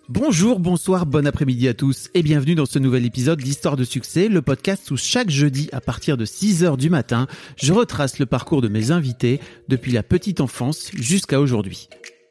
Bonjour, bonsoir, bon après-midi à tous et bienvenue dans ce nouvel épisode d'Histoire de succès, le podcast où chaque jeudi à partir de 6h du matin, je retrace le parcours de mes invités depuis la petite enfance jusqu'à aujourd'hui.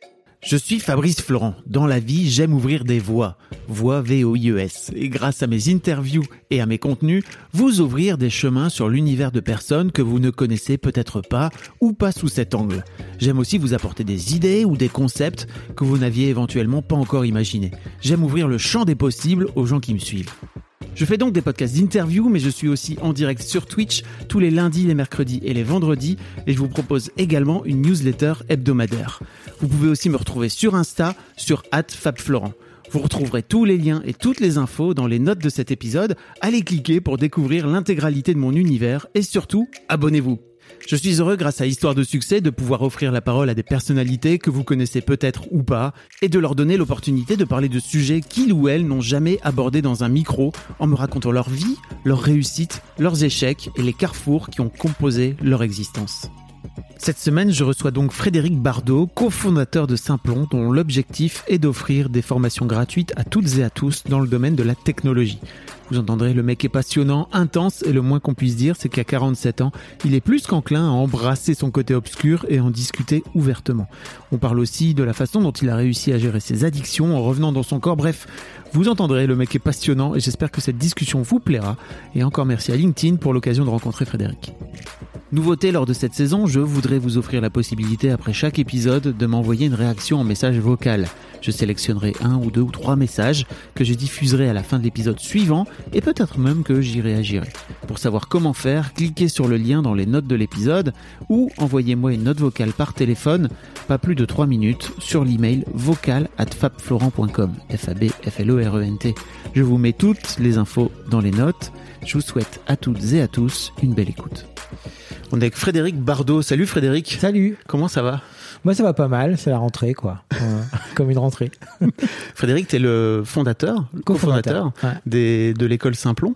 Je suis Fabrice Florent. Dans la vie, j'aime ouvrir des voies. Voies VOIES. Et grâce à mes interviews et à mes contenus, vous ouvrir des chemins sur l'univers de personnes que vous ne connaissez peut-être pas ou pas sous cet angle. J'aime aussi vous apporter des idées ou des concepts que vous n'aviez éventuellement pas encore imaginés. J'aime ouvrir le champ des possibles aux gens qui me suivent. Je fais donc des podcasts d'interview, mais je suis aussi en direct sur Twitch tous les lundis, les mercredis et les vendredis, et je vous propose également une newsletter hebdomadaire. Vous pouvez aussi me retrouver sur Insta, sur @fabflorent. Vous retrouverez tous les liens et toutes les infos dans les notes de cet épisode. Allez cliquer pour découvrir l'intégralité de mon univers, et surtout, abonnez-vous. Je suis heureux, grâce à Histoire de succès, de pouvoir offrir la parole à des personnalités que vous connaissez peut-être ou pas, et de leur donner l'opportunité de parler de sujets qu'ils ou elles n'ont jamais abordés dans un micro, en me racontant leur vie, leurs réussites, leurs échecs et les carrefours qui ont composé leur existence. Cette semaine, je reçois donc Frédéric Bardot, cofondateur de Simplon, dont l'objectif est d'offrir des formations gratuites à toutes et à tous dans le domaine de la technologie. Vous entendrez, le mec est passionnant, intense, et le moins qu'on puisse dire, c'est qu'à 47 ans, il est plus qu'enclin à embrasser son côté obscur et en discuter ouvertement. On parle aussi de la façon dont il a réussi à gérer ses addictions en revenant dans son corps. Bref, vous entendrez, le mec est passionnant et j'espère que cette discussion vous plaira. Et encore merci à LinkedIn pour l'occasion de rencontrer Frédéric. Nouveauté lors de cette saison, je voudrais vous offrir la possibilité après chaque épisode de m'envoyer une réaction en message vocal. Je sélectionnerai 1 ou 2 ou 3 messages que je diffuserai à la fin de l'épisode suivant et peut-être même que j'y réagirai. Pour savoir comment faire, cliquez sur le lien dans les notes de l'épisode ou envoyez-moi une note vocale par téléphone, pas plus de 3 minutes, sur l'email vocal@fabflorent.com, FABFLORENT. Je vous mets toutes les infos dans les notes. Je vous souhaite à toutes et à tous une belle écoute. On est avec Frédéric Bardot. Salut Frédéric. Salut. Comment ça va ? Moi ça va pas mal, c'est la rentrée quoi. Comme une rentrée. Frédéric, t'es le cofondateur ouais. de l'école Simplon.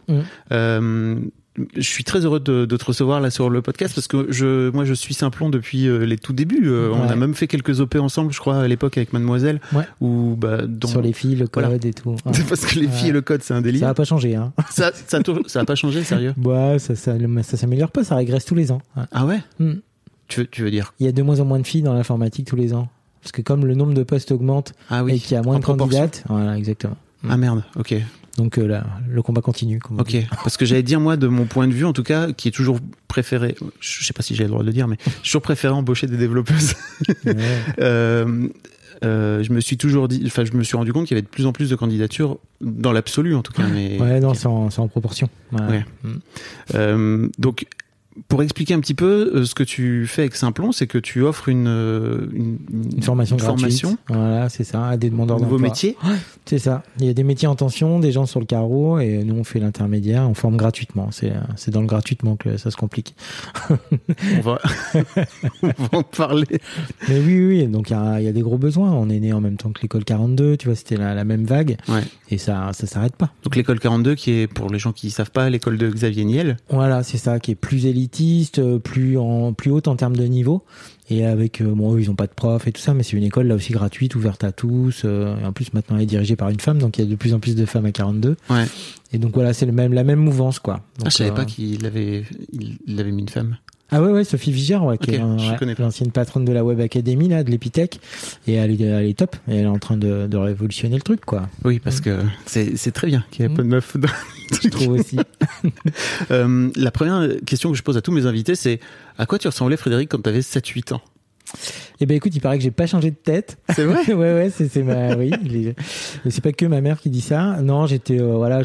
Je suis très heureux de te recevoir là sur le podcast parce que moi je suis Simplon depuis les tout débuts. On a même fait quelques OP ensemble, je crois, à l'époque avec Mademoiselle. Ouais. Où, sur les filles, le code et tout. Ouais. Parce que les filles et le code, c'est un délire. Ça va pas changer, hein. Ça a pas changé, sérieux ? Ouais, ça s'améliore pas, ça régresse tous les ans. Ouais. Ah ouais ? Tu veux dire ? Il y a de moins en moins de filles dans l'informatique tous les ans. Parce que comme le nombre de postes augmente et qu'il y a moins de candidates, voilà, exactement. Ah merde, ok. Donc là, le combat continue. Ok, parce que j'allais dire, moi, de mon point de vue, en tout cas, qui est toujours préféré, je sais pas si j'ai le droit de le dire, mais j'ai toujours préféré embaucher des développeuses. Ouais. Je me suis rendu compte qu'il y avait de plus en plus de candidatures, dans l'absolu en tout cas. Mais... Ouais, non, c'est en proportion. Ouais. Donc, pour expliquer un petit peu ce que tu fais avec Simplon, c'est que tu offres une formation gratuite. Voilà, c'est ça, à des demandeurs d'emploi. Nouveau métier. Ouais, c'est ça. Il y a des métiers en tension, des gens sur le carreau, et nous on fait l'intermédiaire, on forme gratuitement. C'est dans le gratuitement que ça se complique. On va en parler. Mais oui. Donc il y a des gros besoins. On est né en même temps que l'école 42. Tu vois, c'était la même vague. Ouais. Et ça s'arrête pas. Donc l'école 42, qui est, pour les gens qui savent pas, l'école de Xavier Niel. Voilà, c'est ça, qui est plus élitiste, plus haute en termes de niveau. Et avec, ils ont pas de prof et tout ça, mais c'est une école là aussi gratuite, ouverte à tous. Et en plus, maintenant, elle est dirigée par une femme, donc il y a de plus en plus de femmes à 42. Ouais. Et donc voilà, c'est la même mouvance, quoi. Donc, je savais pas qu'il avait mis une femme. Ah ouais, Sophie Vigère, qui est l'ancienne patronne de la Web Academy, là, de l'Epitech. Et elle est top. Et elle est en train de révolutionner le truc, quoi. Oui, parce que c'est très bien qu'il y ait peu de meufs dans le truc. Je trouve aussi. La première question que je pose à tous mes invités, c'est à quoi tu ressemblais, Frédéric, quand tu avais 7-8 ans ? Eh ben écoute, il paraît que j'ai pas changé de tête. C'est vrai? Ouais, oui. Mais c'est pas que ma mère qui dit ça. Non, j'avais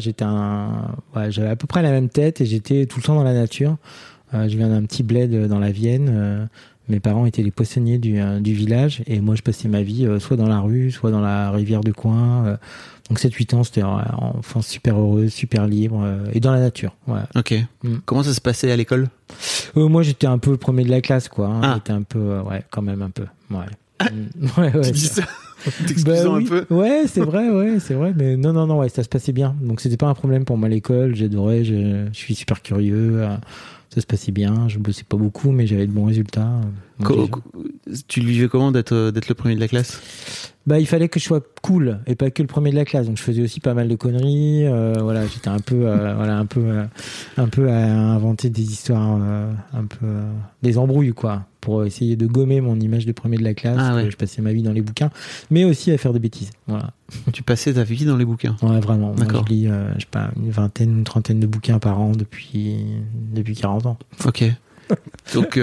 à peu près la même tête et j'étais tout le temps dans la nature. Je viens d'un petit bled dans la Vienne. Mes parents étaient les poissonniers du village et moi je passais ma vie soit dans la rue, soit dans la rivière du coin. Donc 7-8 ans, c'était enfance super heureuse, super libre et dans la nature. Ouais. Ok. Comment ça se passait à l'école ? Moi j'étais un peu le premier de la classe, quoi. Hein. J'étais un peu, quand même un peu. Ouais. Ouais. Tu dis ça t'excusant un peu. Ouais, c'est vrai, mais non, ça se passait bien. Donc c'était pas un problème pour moi l'école, j'adorais, je suis super curieux. Ça se passait bien, je bossais pas beaucoup, mais j'avais de bons résultats. Tu le vivais comment d'être le premier de la classe ? Il fallait que je sois cool et pas que le premier de la classe. Donc je faisais aussi pas mal de conneries. Voilà, j'étais un peu à inventer des histoires, des embrouilles quoi, pour essayer de gommer mon image de premier de la classe. Je passais ma vie dans les bouquins, mais aussi à faire des bêtises. Voilà. Tu passais ta vie dans les bouquins? Ouais, vraiment. D'accord. Moi, je lis, je sais pas, une trentaine de bouquins par an depuis 40 ans. Ok. Donc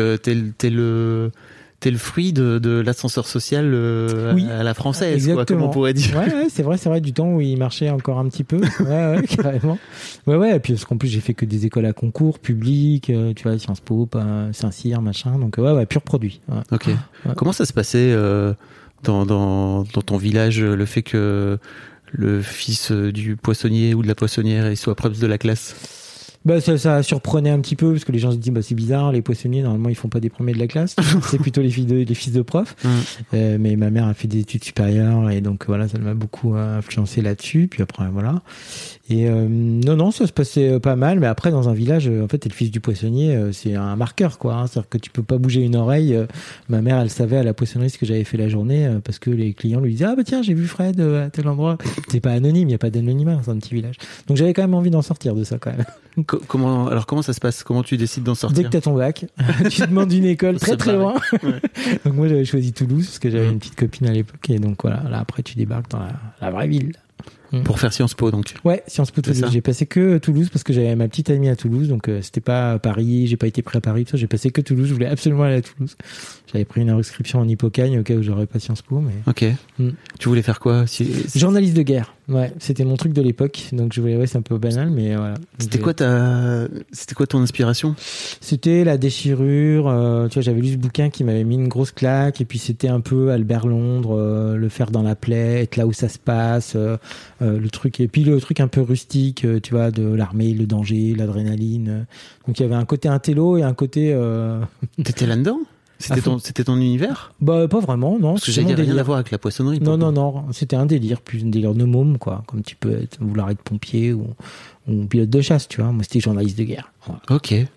t'es le fruit de l'ascenseur social à la française, quoi, comme on pourrait dire. Ouais, c'est vrai, du temps où il marchait encore un petit peu. Ouais, carrément. Ouais, et puis parce qu'en plus j'ai fait que des écoles à concours publics, tu vois, Sciences Po, Saint-Cyr, machin. Donc pur produit. Ouais. Ok. Ouais. Comment ça se passait dans ton village, le fait que le fils du poissonnier ou de la poissonnière soit prof de la classe? Ça surprenait un petit peu parce que les gens se disent c'est bizarre, les poissonniers normalement ils font pas des premiers de la classe, c'est plutôt les fils de profs. Mais ma mère a fait des études supérieures et donc voilà, ça m'a beaucoup influencé là-dessus. Puis après voilà. Et non, ça se passait pas mal, mais après dans un village, en fait, t'es le fils du poissonnier, c'est un marqueur quoi. Hein, c'est-à-dire que tu peux pas bouger une oreille. Ma mère, elle savait à la poissonnerie ce que j'avais fait la journée parce que les clients lui disaient tiens j'ai vu Fred à tel endroit. C'est pas anonyme, il y a pas d'anonymat dans un petit village. Donc j'avais quand même envie d'en sortir de ça quand même. Comment ça se passe? Comment tu décides d'en sortir? Dès que t'as ton bac, tu demandes une école très loin. Ouais. Donc moi j'avais choisi Toulouse parce que j'avais une petite copine à l'époque et donc voilà, là après tu débarques dans la vraie ville. Pour faire Sciences Po donc. Ouais, Sciences Po Toulouse. J'ai passé que Toulouse parce que j'avais ma petite amie à Toulouse, donc c'était pas Paris, j'ai pas été pris à Paris, tout ça, j'ai passé que Toulouse, je voulais absolument aller à Toulouse. J'avais pris une inscription en Hippocagne au cas où j'aurais pas Sciences Po, mais. Ok. Tu voulais faire quoi? Journaliste de guerre. Ouais, c'était mon truc de l'époque, donc je voulais, c'est un peu banal, mais voilà. C'était quoi ton inspiration? C'était la déchirure, tu vois, j'avais lu ce bouquin qui m'avait mis une grosse claque, et puis c'était un peu Albert Londres, le faire dans la plaie, être là où ça se passe, le truc, et puis le truc un peu rustique, tu vois, de l'armée, le danger, l'adrénaline. Donc il y avait un côté intello et un côté. T'étais là-dedans? C'était ton univers? Pas vraiment, non. Parce que j'avais rien à voir avec la poissonnerie. Non. C'était un délire, plus un délire de môme, quoi. Comme tu peux vouloir être pompier ou pilote de chasse, tu vois. Moi, c'était journaliste de guerre. Voilà. Ok. Et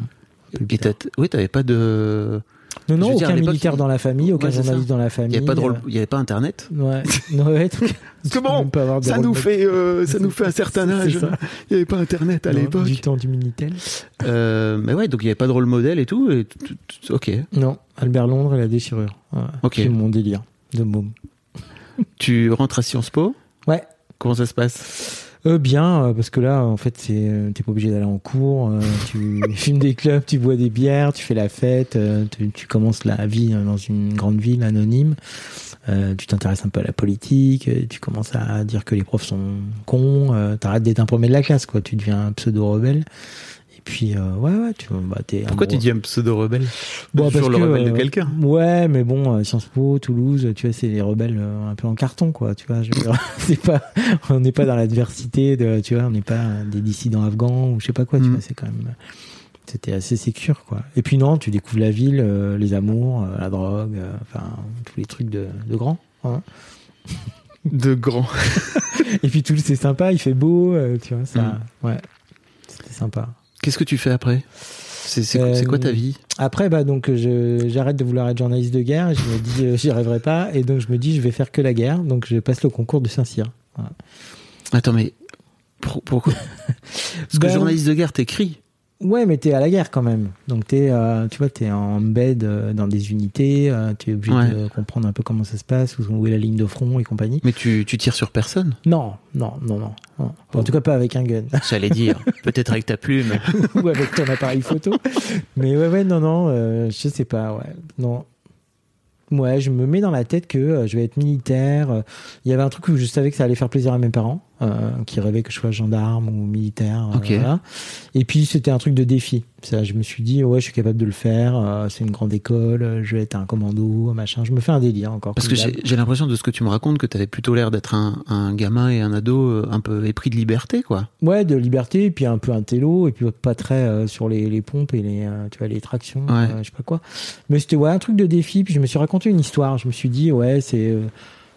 t'avais pas de. Non, aucun militaire dans la famille, aucun journaliste dans la famille. Il y avait pas Internet. Ouais. Comment ça nous fait un certain âge. Il y avait pas Internet à l'époque. Du temps du Minitel. Mais ouais, donc il y avait pas de rôle modèle et tout. Ok. Non, Albert Londres et la déchirure. Ouais. Ok. C'est mon délire de môme. Tu rentres à Sciences Po? Ouais. Comment ça se passe? Bien, parce que là, en fait, t'es pas obligé d'aller en cours, tu fumes des clubs, tu bois des bières, tu fais la fête, tu commences la vie dans une grande ville anonyme, tu t'intéresses un peu à la politique, tu commences à dire que les profs sont cons, t'arrêtes d'être un premier de la classe, quoi, tu deviens un pseudo-rebelle. Puis pourquoi tu dis un pseudo-rebelle? Toujours le rebelle de quelqu'un. Ouais, mais bon, Sciences Po, Toulouse, tu vois, c'est les rebelles un peu en carton, quoi. Tu vois, on n'est pas dans l'adversité, tu vois, on n'est pas des dissidents afghans ou je sais pas quoi. Tu vois, c'est quand même, c'était assez sécure, quoi. Et puis non, tu découvres la ville, les amours, la drogue, enfin tous les trucs de grands. Hein. De grands. Et puis Toulouse, c'est sympa, il fait beau, tu vois, ça, ouais, c'était sympa. Qu'est-ce que tu fais après? C'est quoi ta vie? Après, donc j'arrête de vouloir être journaliste de guerre. Et je me dis, j'y arriverai pas. Et donc je me dis, je vais faire que la guerre. Donc je passe le concours de Saint-Cyr. Voilà. Attends, mais pourquoi? Parce que journaliste de guerre, t'écris. Ouais, mais t'es à la guerre quand même. Donc tu vois, t'es en embed dans des unités. Tu es obligé de comprendre un peu comment ça se passe, où est la ligne de front et compagnie. Mais tu tires sur personne? Non. En tout cas, pas avec un gun. J'allais dire, peut-être avec ta plume. Ou avec ton appareil photo. Mais non, je sais pas, non. Ouais, je me mets dans la tête que je vais être militaire. Il y avait un truc où je savais que ça allait faire plaisir à mes parents, qui rêvaient que je sois gendarme ou militaire. Okay. Voilà. Et puis c'était un truc de défi. Ça, je me suis dit, je suis capable de le faire. C'est une grande école. Je vais être un commando, machin. Je me fais un délire encore. Parce que j'ai l'impression de ce que tu me racontes que t'avais plutôt l'air d'être un gamin et un ado un peu épris de liberté, quoi. Ouais, de liberté, et puis un peu un télo, et puis pas très sur les pompes et tu vois, les tractions, je sais pas quoi. Mais c'était un truc de défi. Puis je me suis raconté une histoire. Je me suis dit,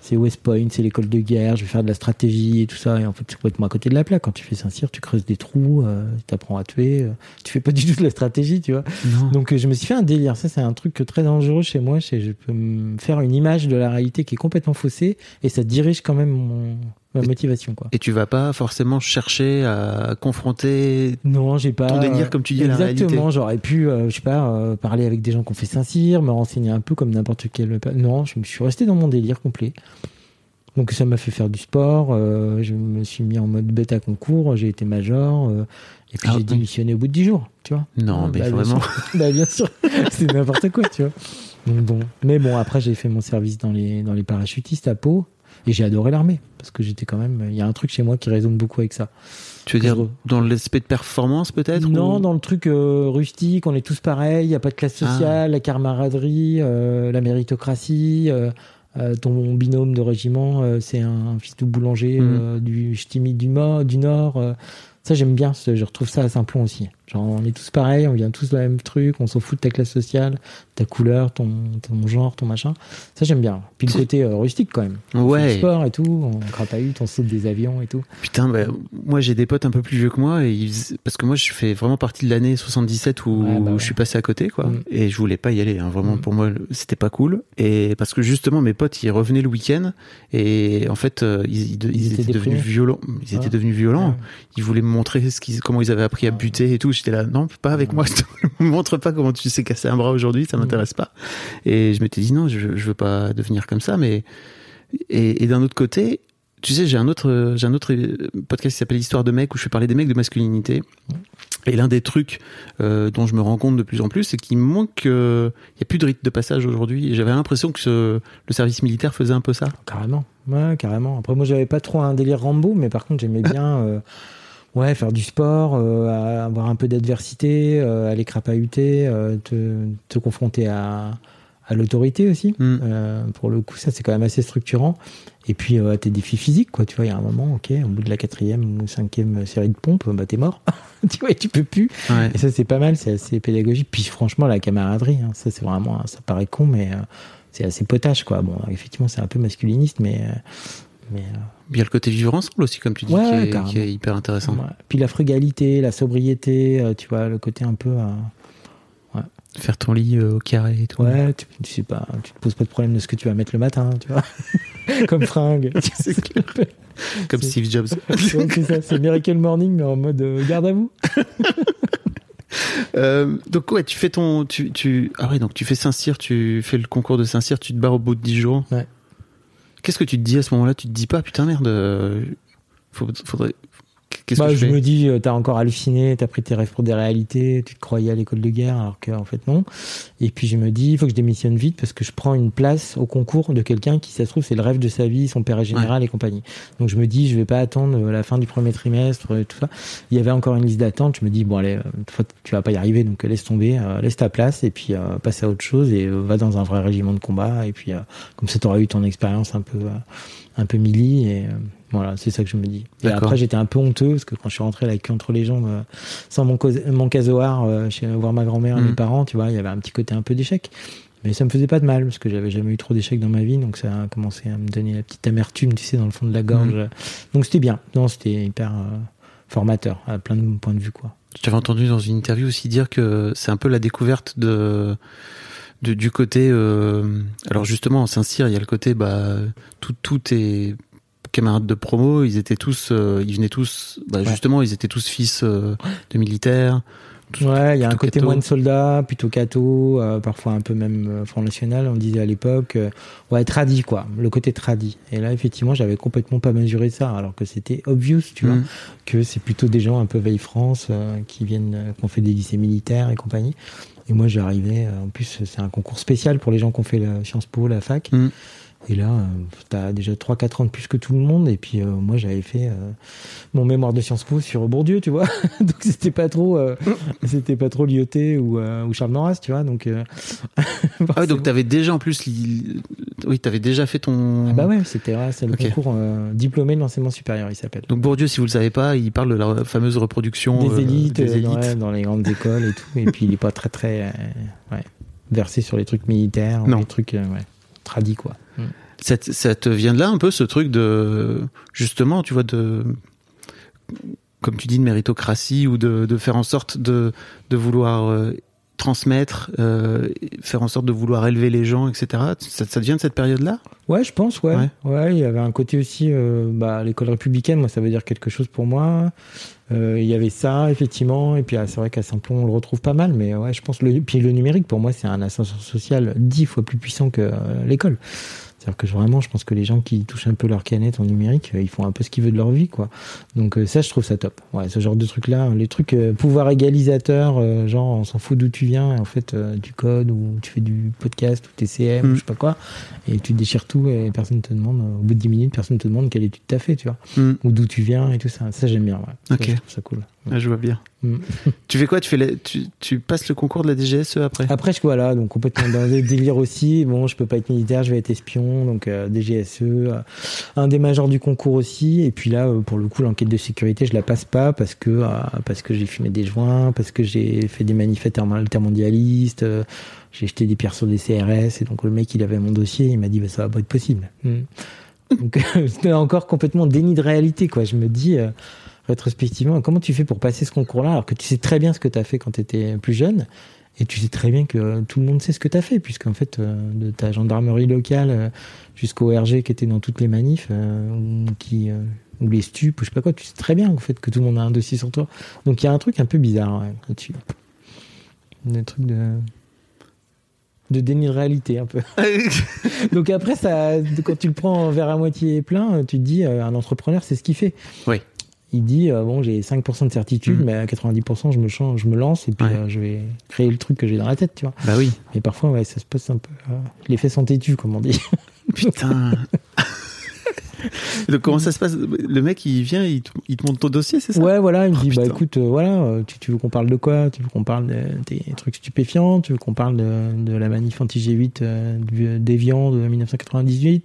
c'est West Point, c'est l'école de guerre, je vais faire de la stratégie et tout ça. Et en fait, c'est complètement à côté de la plaque. Quand tu fais Saint-Cyr, tu creuses des trous, tu apprends à tuer, tu fais pas du tout de la stratégie, tu vois. Non. Donc, je me suis fait un délire. Ça, c'est un truc très dangereux chez moi. Je peux me faire une image de la réalité qui est complètement faussée et ça dirige quand même ma motivation, quoi. Et tu vas pas forcément chercher à confronter Non, j'ai pas ton délire, comme tu dis, à la réalité. Exactement, j'aurais pu, je sais pas, parler avec des gens qui ont fait Saint-Cyr, me renseigner un peu comme n'importe quel. Non, je suis resté dans mon délire complet. Donc ça m'a fait faire du sport, je me suis mis en mode bêta concours, j'ai été major, et puis j'ai démissionné au bout de 10 jours, tu vois. Non, mais vraiment. Bien sûr, c'est n'importe quoi, tu vois. Donc bon, mais bon, après j'ai fait mon service dans les parachutistes à Pau, et j'ai adoré l'armée, parce que j'étais quand même, il y a un truc chez moi qui résonne beaucoup avec ça. Tu veux dire dans l'aspect de performance peut-être? Non, dans le truc rustique, on est tous pareils, il n'y a pas de classe sociale, la camaraderie, la méritocratie. Ton binôme de régiment, c'est un fils de boulanger du Ch'timi du Nord. Ça, j'aime bien. Je retrouve ça à Saint-Plon aussi. Genre, on est tous pareils, on vient tous de la même truc, on s'en fout de ta classe sociale, ta couleur, ton genre, ton machin. Ça, j'aime bien. Puis le côté rustique, quand même. On fait du sport et tout, on crapahute, on saute des avions et tout. Putain, moi, j'ai des potes un peu plus vieux que moi, parce que moi, je fais vraiment partie de l'année 77 où je suis passé à côté, quoi. Et je voulais pas y aller, hein. Vraiment, pour moi, c'était pas cool. Et parce que justement, mes potes, ils revenaient le week-end, et en fait, ils étaient devenus violents. Ils étaient devenus violents. Ils voulaient me montrer comment ils avaient appris à buter et tout. J'étais là, non, pas avec moi. Ne me montre pas comment tu sais casser un bras aujourd'hui, ça m'intéresse pas. Et je m'étais dit non, je veux pas devenir comme ça. Mais et d'un autre côté, tu sais, j'ai un autre podcast qui s'appelle Histoire de mecs où je fais parler des mecs de masculinité. Et l'un des trucs dont je me rends compte de plus en plus, c'est qu'il me manque, il y a plus de rite de passage aujourd'hui. Et j'avais l'impression que le service militaire faisait un peu ça. Carrément, ouais, carrément. Après, moi, j'avais pas trop un délire Rambo, mais par contre, j'aimais bien. Faire du sport, avoir un peu d'adversité, aller crapahuter, te confronter à l'autorité aussi. Pour le coup, ça, c'est quand même assez structurant. Et puis, à tes défis physiques, quoi. Tu vois, il y a un moment, ok, au bout de la 4e ou 5e série de pompes, t'es mort. Tu vois, tu peux plus. Ouais. Et ça, c'est pas mal, c'est assez pédagogique. Puis, franchement, la camaraderie, hein, ça, c'est vraiment, ça paraît con, mais c'est assez potache, quoi. Bon, effectivement, c'est un peu masculiniste, mais il y a le côté vivre ensemble aussi, comme tu dis, qui est hyper intéressant. Ouais. Puis la frugalité, la sobriété, tu vois, le côté un peu... Faire ton lit au carré et tout. Ouais, tu sais pas, tu te poses pas de problème de ce que tu vas mettre le matin, tu vois. Comme fringue. C'est clair. Comme Steve Jobs. C'est ça, c'est Miracle Morning, mais en mode garde à vous. Donc ouais, tu fais donc tu fais Saint-Cyr, tu fais le concours de Saint-Cyr, tu te barres au bout de 10 jours. Ouais. Qu'est-ce que tu te dis à ce moment-là? Tu te dis pas, putain merde, faudrait... Qu'est-ce que je me dis, t'as encore halluciné, t'as pris tes rêves pour des réalités, tu te croyais à l'école de guerre, alors qu'en fait non. Et puis je me dis, il faut que je démissionne vite parce que je prends une place au concours de quelqu'un qui, ça se trouve, c'est le rêve de sa vie, son père est général et compagnie. Donc je me dis, je vais pas attendre la fin du premier trimestre, tout ça. Il y avait encore une liste d'attente, je me dis, bon allez, tu vas pas y arriver, donc laisse tomber, laisse ta place et puis passe à autre chose et va dans un vrai régiment de combat et puis comme ça t'auras eu ton expérience un peu mili et voilà, c'est ça que je me dis. Et après, j'étais un peu honteux parce que quand je suis rentré la queue entre les jambes, sans mon casoar, voir ma grand-mère et mes parents, tu vois, il y avait un petit côté un peu d'échec. Mais ça me faisait pas de mal parce que j'avais jamais eu trop d'échecs dans ma vie, donc ça a commencé à me donner la petite amertume, tu sais, dans le fond de la gorge. Donc c'était bien. Non, c'était hyper formateur à plein de points de vue, quoi. J'avais entendu dans une interview aussi dire que c'est un peu la découverte du côté alors justement en Saint-Cyr il y a le côté tout est camarades de promo, ils étaient tous ils venaient tous justement ils étaient tous fils de militaires. Il y a un côté moins de soldats, plutôt catho, parfois un peu même Front National, on disait à l'époque. Tradi, quoi. Le côté tradi. Et là, effectivement, j'avais complètement pas mesuré ça, alors que c'était obvious, tu vois, que c'est plutôt des gens un peu veille France, qui ont fait des lycées militaires et compagnie. Et moi, j'arrivais, en plus, c'est un concours spécial pour les gens qui ont fait la Sciences Po, la fac. Et là, t'as déjà 3-4 ans de plus que tout le monde. Et puis, moi, j'avais fait mon mémoire de Sciences Po sur Bourdieu, tu vois. Donc, c'était pas trop Lyoté ou Charles Maurras, tu vois. Donc, donc t'avais déjà en plus... t'avais déjà fait ton... Ah bah ouais, c'est le concours diplômé de l'enseignement supérieur, il s'appelle. Donc, Bourdieu, si vous le savez pas, il parle de la fameuse reproduction... Des élites. Dans les grandes écoles et tout. Et puis, il est pas très versé sur les trucs militaires. Les trucs... tradis, quoi. Ça te vient de là un peu ce truc de, justement, tu vois, comme tu dis, de méritocratie ou de faire en sorte de vouloir transmettre, faire en sorte de vouloir élever les gens, etc. Ça vient de cette période-là ? Ouais, je pense, ouais. Il y avait un côté aussi, l'école républicaine, moi, ça veut dire quelque chose pour moi. Il y avait ça, effectivement. Et puis, c'est vrai qu'à Saint-Plon, on le retrouve pas mal. Mais ouais, je pense puis le numérique, pour moi, c'est un ascenseur social 10 fois plus puissant que l'école. C'est-à-dire que vraiment, je pense que les gens qui touchent un peu leur canette en numérique, ils font un peu ce qu'ils veulent de leur vie, quoi. Donc ça, je trouve ça top. Ouais, ce genre de trucs-là, les trucs pouvoir égalisateur, genre on s'en fout d'où tu viens, et en fait tu codes ou tu fais du podcast ou TCM, ou je sais pas quoi, et tu déchires tout et personne te demande, au bout de 10 minutes, personne te demande quelle étude t'as fait, tu vois, ou d'où tu viens et tout ça. Ça, j'aime bien. Ouais. Ok. Ça, je trouve ça cool. Ah, je vois bien. Tu fais quoi ? Tu passes le concours de la DGSE après ? Après, voilà, donc complètement dans des délires aussi. Bon, je peux pas être militaire, je vais être espion, donc DGSE, un des majors du concours aussi. Et puis là, pour le coup, l'enquête de sécurité, je la passe pas parce que j'ai fumé des joints, parce que j'ai fait des manifs altermondialistes, j'ai jeté des pierres sur des CRS, et donc le mec, il avait mon dossier, il m'a dit, ça va pas être possible. Donc c'était encore complètement déni de réalité, quoi. Je me dis, rétrospectivement, comment tu fais pour passer ce concours-là alors que tu sais très bien ce que tu as fait quand tu étais plus jeune, et tu sais très bien que tout le monde sait ce que tu as fait, puisqu'en fait, de ta gendarmerie locale jusqu'au RG qui était dans toutes les manifs, ou les stupes, ou je sais pas quoi, tu sais très bien en fait que tout le monde a un dossier sur toi. Donc il y a un truc un peu bizarre là-dessus. Un truc de déni de réalité un peu. Donc après, ça, quand tu le prends vers à moitié plein, tu te dis, un entrepreneur, c'est ce qu'il fait. Oui. Il dit, j'ai 5% de certitude, mais à 90%, je me lance, et puis je vais créer le truc que j'ai dans la tête, tu vois. Bah oui. Mais parfois, ça se passe un peu... les faits sont têtus, comme on dit. Putain. Donc comment ça se passe ? Le mec, il vient, il te montre ton dossier, c'est ça ? Ouais, voilà, il me dit, putain. Écoute, tu veux qu'on parle de quoi ? Tu veux qu'on parle des trucs stupéfiants ? Tu veux qu'on parle de la manif anti-G8 d'Évian de 1998 ?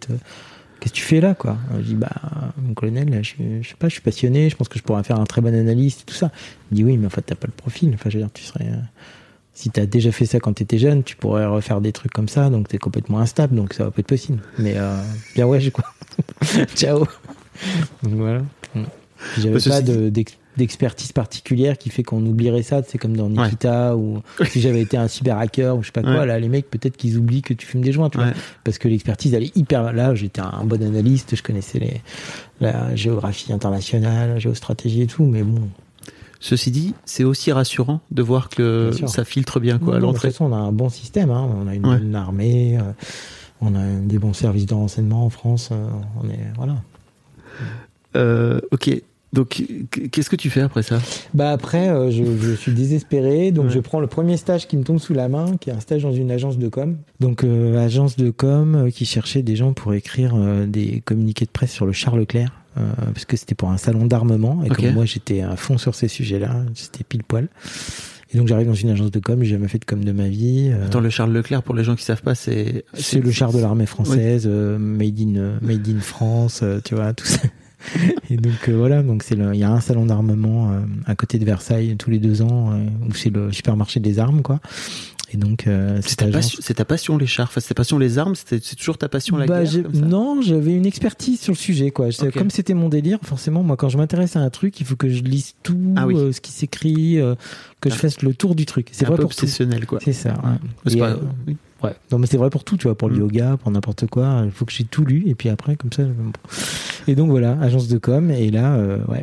Qu'est-ce que tu fais là, quoi ? Je dis, mon colonel, je sais pas, je suis passionné, je pense que je pourrais faire un très bon analyste et tout ça. Il dit, oui, mais en fait, t'as pas le profil. Enfin, je veux dire, tu serais... si t'as déjà fait ça quand t'étais jeune, tu pourrais refaire des trucs comme ça, donc t'es complètement instable, donc ça va pas être possible. Mais, bien ouais, quoi. Ciao. Donc voilà. J'avais pas d'expertise particulière qui fait qu'on oublierait ça, c'est comme dans Nikita, ou si j'avais été un cyberhacker ou je sais pas quoi, là les mecs peut-être qu'ils oublient que tu fumes des joints, tu vois, parce que l'expertise elle est hyper, là j'étais un bon analyste, je connaissais la géographie internationale, la géostratégie et tout, mais bon. Ceci dit, c'est aussi rassurant de voir que ça filtre bien, quoi, à l'entrée. De toute façon, on a un bon système, on a une bonne armée, on a des bons services de renseignement en France, on est, voilà. Ok. Donc, qu'est-ce que tu fais après ça ? Après, je suis désespéré, donc je prends le premier stage qui me tombe sous la main, qui est un stage dans une agence de com. Donc, agence de com qui cherchait des gens pour écrire des communiqués de presse sur le Charles Leclerc, parce que c'était pour un salon d'armement, et comme moi j'étais à fond sur ces sujets-là, c'était pile poil. Et donc j'arrive dans une agence de com, j'ai jamais fait de com de ma vie. Attends, le Charles Leclerc, pour les gens qui savent pas, c'est le char de l'armée française, made in France, tu vois, tout ça. Et donc voilà, donc il y a un salon d'armement à côté de Versailles tous les 2 ans, où c'est le supermarché des armes, quoi. Et donc c'est ta passion, les chars, enfin, c'est ta passion les armes, c'est toujours ta passion la guerre comme ça. Non, j'avais une expertise sur le sujet, quoi. Comme c'était mon délire, forcément, moi quand je m'intéresse à un truc, il faut que je lise tout ce qui s'écrit, que je fasse le tour du truc. C'est vrai, un peu pour obsessionnel, tout. quoi. C'est ça. Ouais. Ouais. Non, mais c'est vrai pour tout, tu vois, pour le yoga, pour n'importe quoi. Il faut que j'ai tout lu, et puis après, comme ça. Et donc voilà, agence de com, et là,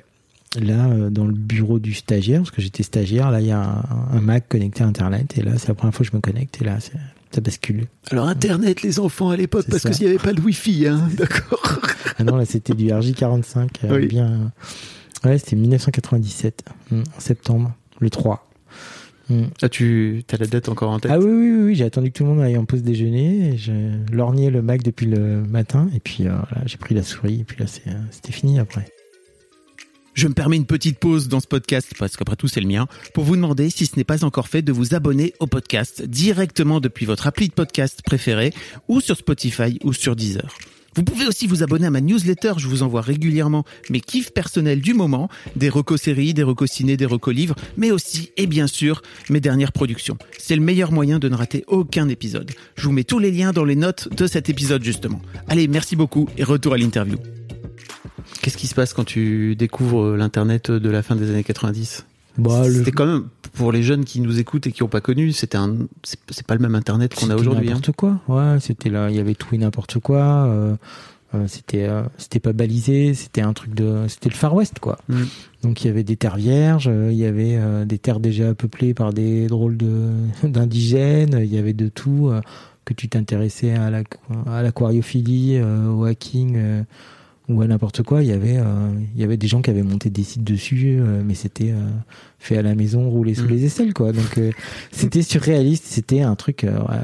dans le bureau du stagiaire, parce que j'étais stagiaire, là, il y a un Mac connecté à Internet, et là, c'est la première fois que je me connecte, et là, ça bascule. Alors, Internet, les enfants, à l'époque, parce qu'il n'y avait pas de Wi-Fi, hein, d'accord. Ah non, là, c'était du RJ45, bien. Ouais, c'était 1997, en septembre, le 3. Ah, t'as la date encore en tête ? Ah oui, j'ai attendu que tout le monde aille en pause déjeuner, et j'ai lorgné le Mac depuis le matin, et puis là, j'ai pris la souris, et puis là, c'était fini après. Je me permets une petite pause dans ce podcast, parce qu'après tout c'est le mien, pour vous demander, si ce n'est pas encore fait, de vous abonner au podcast directement depuis votre appli de podcast préféré, ou sur Spotify ou sur Deezer. Vous pouvez aussi vous abonner à ma newsletter, je vous envoie régulièrement mes kiffs personnels du moment, des recos séries, des recos ciné, des recos livres, mais aussi, et bien sûr, mes dernières productions. C'est le meilleur moyen de ne rater aucun épisode. Je vous mets tous les liens dans les notes de cet épisode justement. Allez, merci beaucoup et retour à l'interview. Qu'est-ce qui se passe quand tu découvres l'Internet de la fin des années 90 ? C'était quand même, pour les jeunes qui nous écoutent et qui n'ont pas connu, c'est pas le même Internet qu'on a aujourd'hui. N'importe quoi, ouais, c'était là, il y avait tout et n'importe quoi. C'était pas balisé, c'était le Far West, quoi. Donc il y avait des terres vierges, il y avait des terres déjà peuplées par des drôles d'indigènes, il y avait de tout, que tu t'intéressais à l'aquariophilie, au hacking, ou à n'importe quoi. Il y avait des gens qui avaient monté des sites dessus, mais c'était fait à la maison, roulé sous les aisselles, quoi. Donc c'était surréaliste, c'était un truc,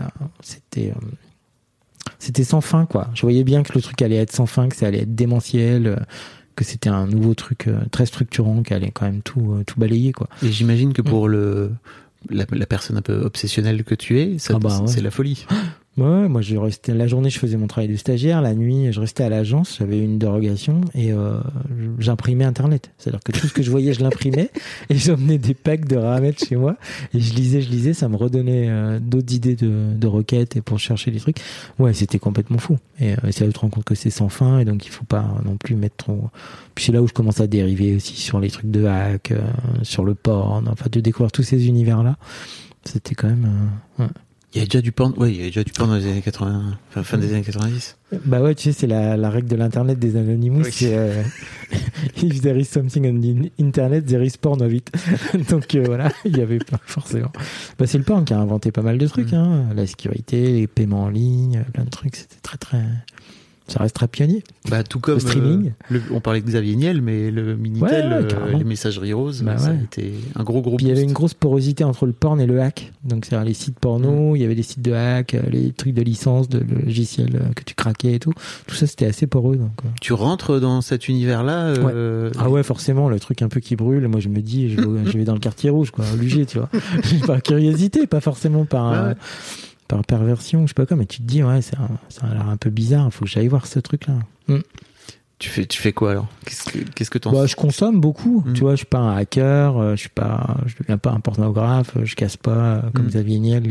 c'était sans fin, quoi. Je voyais bien que le truc allait être sans fin, que ça allait être démentiel, que c'était un nouveau truc très structurant qui allait quand même tout balayer, quoi. Et j'imagine que pour la personne un peu obsessionnelle que tu es, c'est la folie. Ouais, moi je restais la journée, je faisais mon travail de stagiaire, la nuit je restais à l'agence, j'avais une dérogation et j'imprimais Internet. C'est-à-dire que tout ce que je voyais, je l'imprimais et j'emmenais des packs de ramettes chez moi et je lisais, ça me redonnait d'autres idées de requêtes et pour chercher des trucs. Ouais, c'était complètement fou. Et c'est là où tu te rends compte que c'est sans fin et donc il faut pas non plus mettre trop. Puis c'est là où je commence à dériver aussi sur les trucs de hack, sur le porn, enfin de découvrir tous ces univers-là. C'était quand même ouais. Il y a déjà du porn, ouais, il y a déjà du porn dans les années 80, enfin, fin des années 90. Bah ouais, tu sais, c'est la règle de l'internet des Anonymous, oui. C'est if there is something on the internet, there is porn of it. Donc voilà, il y avait pas forcément. Bah c'est le porn qui a inventé pas mal de trucs, hein, la sécurité, les paiements en ligne, plein de trucs, c'était très très. Ça reste très pionnier. Bah, tout comme le streaming. On parlait de Xavier Niel, mais le Minitel, les messageries roses, ça a été un gros Puis il y avait une grosse porosité entre le porn et le hack. Donc, c'est les sites porno, il y avait des sites de hack, les trucs de licence, de logiciels que tu craquais et tout. Tout ça, c'était assez poreux. Donc, Tu rentres dans cet univers-là Ah ouais, forcément, le truc un peu qui brûle. Moi, je me dis, je vais dans le quartier rouge, quoi, l'UG, tu vois. Par curiosité, pas forcément par perversion, je sais pas quoi, mais tu te dis, ouais, ça a l'air un peu bizarre, faut que j'aille voir ce truc-là. Tu fais quoi alors ? Qu'est-ce que t'en sais ? Je consomme beaucoup, tu vois, je suis pas un hacker, je deviens pas un pornographe, je casse pas, comme Xavier Niel,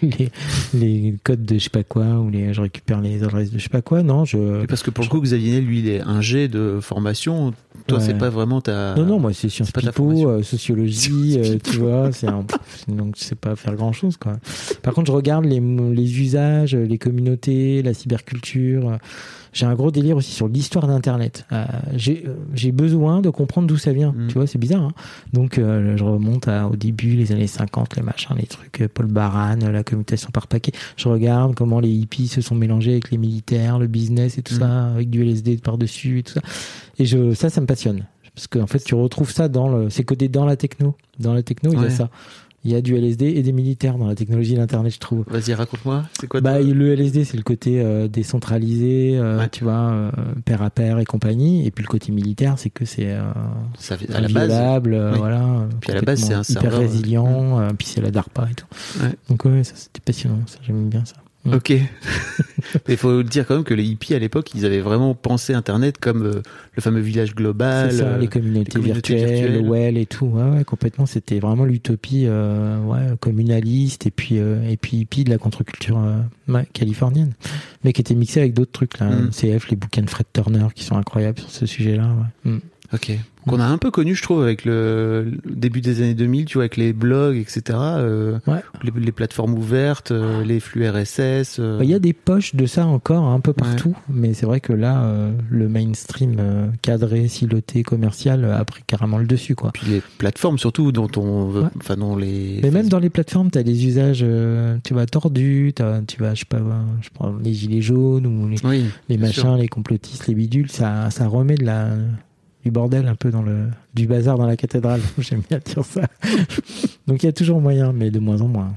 les codes de je sais pas quoi, ou je récupère les adresses de je sais pas quoi, non, Parce que pour le coup, Xavier Niel, lui, il est ingé de formation, toi, c'est pas vraiment ta... Non, moi, c'est Sciences Po, sociologie, tu vois, donc je sais pas faire grand chose, quoi. Par contre, je regarde les usages, les communautés, la cyberculture. J'ai un gros délire aussi sur l'histoire d'Internet. J'ai besoin de comprendre d'où ça vient. Tu vois, c'est bizarre, hein. Donc, je remonte au début, les années 50, les machins, les trucs, Paul Baran, la commutation par paquet. Je regarde comment les hippies se sont mélangés avec les militaires, le business et tout ça, avec du LSD par-dessus et tout ça. Et ça me passionne. Parce qu'en fait, tu retrouves ça c'est codé dans la techno. Dans la techno, il y a ça. Il y a du LSD et des militaires dans la technologie d'Internet, je trouve. Vas-y, raconte-moi. C'est quoi le LSD, c'est le côté décentralisé, tu vois, pair à pair et compagnie. Et puis le côté militaire, c'est que c'est inviolable, voilà. Puis à la base, c'est un serveur hyper résilient. Puis c'est la DARPA et tout. Ouais. Donc ouais, ça c'était passionnant. Ça, j'aime bien ça. Ok. Il faut dire quand même que les hippies à l'époque, ils avaient vraiment pensé Internet comme le fameux village global. C'est ça, les communautés virtuelles, le well et tout. Ouais, complètement. C'était vraiment l'utopie communaliste et puis hippie de la contre-culture californienne, mais qui était mixée avec d'autres trucs là. CF, les bouquins de Fred Turner qui sont incroyables sur ce sujet-là. Ouais. Ok. Qu'on a un peu connu, je trouve, avec le début des années 2000, tu vois, avec les blogs, etc. Les plateformes ouvertes, les flux RSS. Il y a des poches de ça encore un peu partout, mais c'est vrai que là, le mainstream cadré, siloté, commercial a pris carrément le dessus, quoi. Puis les plateformes surtout, dont on veut, Mais même dans les plateformes, t'as des usages, tu vois, tordus, tu vas, je prends les gilets jaunes ou les machins, sûr. Les complotistes, les bidules, ça remet du bordel un peu du bazar dans la cathédrale. J'aime bien dire ça. Donc il y a toujours moyen, mais de moins en moins.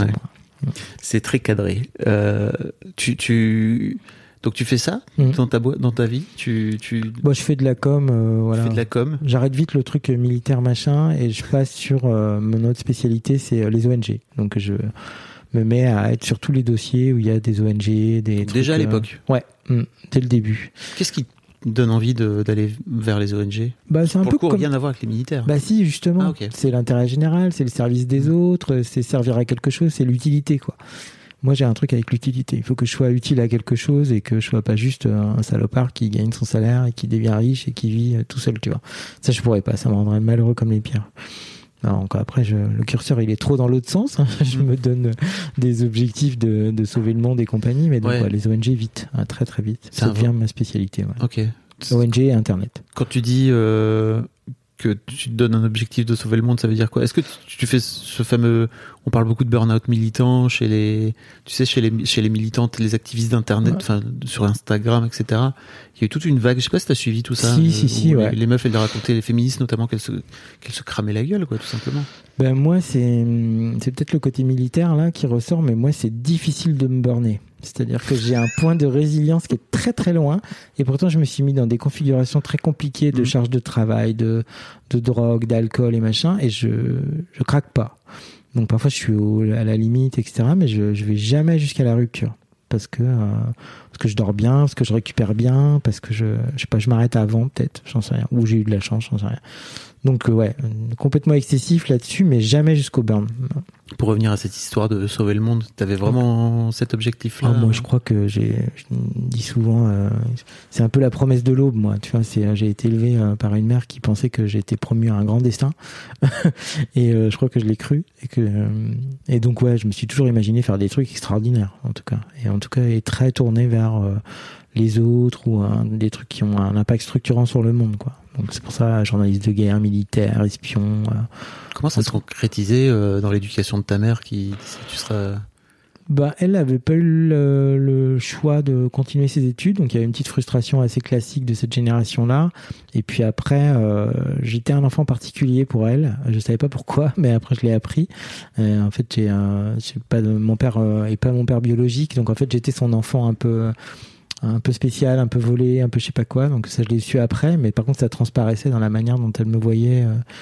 C'est très cadré. Donc tu fais ça dans ta vie. Moi je fais de la com. Voilà. Tu fais de la com. J'arrête vite le truc militaire machin et je passe sur mon autre spécialité, c'est les ONG. Donc me met à être sur tous les dossiers où il y a des ONG, des trucs, Déjà à l'époque. Ouais, dès le début. Qu'est-ce qui te donne envie d'aller vers les ONG? C'est un Pour peu le coup, comme... rien à voir avec les militaires. Si, justement. Ah, okay. C'est l'intérêt général, c'est le service des autres, c'est servir à quelque chose, c'est l'utilité, quoi. Moi, j'ai un truc avec l'utilité. Il faut que je sois utile à quelque chose et que je sois pas juste un salopard qui gagne son salaire et qui devient riche et qui vit tout seul, tu vois. Ça, je pourrais pas. Ça me rendrait malheureux comme les pires. Donc après, le curseur, il est trop dans l'autre sens. Je me donne des objectifs de sauver le monde et compagnie, mais donc les ONG, vite, très très vite. Ça devient ma spécialité. Ouais. Ok. ONG et Internet. Quand tu dis que tu te donnes un objectif de sauver le monde, ça veut dire quoi? Est-ce que tu fais ce fameux... On parle beaucoup de burn-out militant chez les militantes, les activistes d'internet, enfin sur Instagram, etc. Il y a eu toute une vague. Je sais pas si t'as suivi tout ça. Si, ouais. Les meufs, elles racontaient, les féministes notamment, qu'elles se cramaient la gueule, quoi, tout simplement. Moi, c'est peut-être le côté militaire là qui ressort, mais moi, c'est difficile de me burner. C'est-à-dire que j'ai un point de résilience qui est très très loin, et pourtant je me suis mis dans des configurations très compliquées de charge de travail, de drogue, d'alcool et machin, et je craque pas. Donc parfois je suis à la limite, etc. Mais je vais jamais jusqu'à la rupture parce que je dors bien, parce que je récupère bien, parce que je sais pas, je m'arrête avant peut-être, j'en sais rien, ou j'ai eu de la chance, j'en sais rien. Donc complètement excessif là-dessus, mais jamais jusqu'au burn. Pour revenir à cette histoire de sauver le monde, t'avais vraiment cet objectif-là? Moi, je crois que je dis souvent, c'est un peu la promesse de l'aube, moi. Tu vois, j'ai été élevé par une mère qui pensait que j'étais promu à un grand destin, et je crois que je l'ai cru, et donc je me suis toujours imaginé faire des trucs extraordinaires, en tout cas, et très tourné vers les autres ou des trucs qui ont un impact structurant sur le monde, quoi. Donc c'est pour ça, journaliste de guerre, militaire, espion. Comment ça se concrétisait dans l'éducation de ta mère qui tu seras... Elle n'avait pas eu le choix de continuer ses études, donc il y avait une petite frustration assez classique de cette génération-là. Et puis après, j'étais un enfant particulier pour elle. Je savais pas pourquoi, mais après je l'ai appris. En fait, mon père est pas mon père biologique, donc en fait j'étais son enfant un peu spécial, un peu volé, un peu je sais pas quoi. Donc ça, je l'ai su après, mais par contre ça transparaissait dans la manière dont elle me voyait.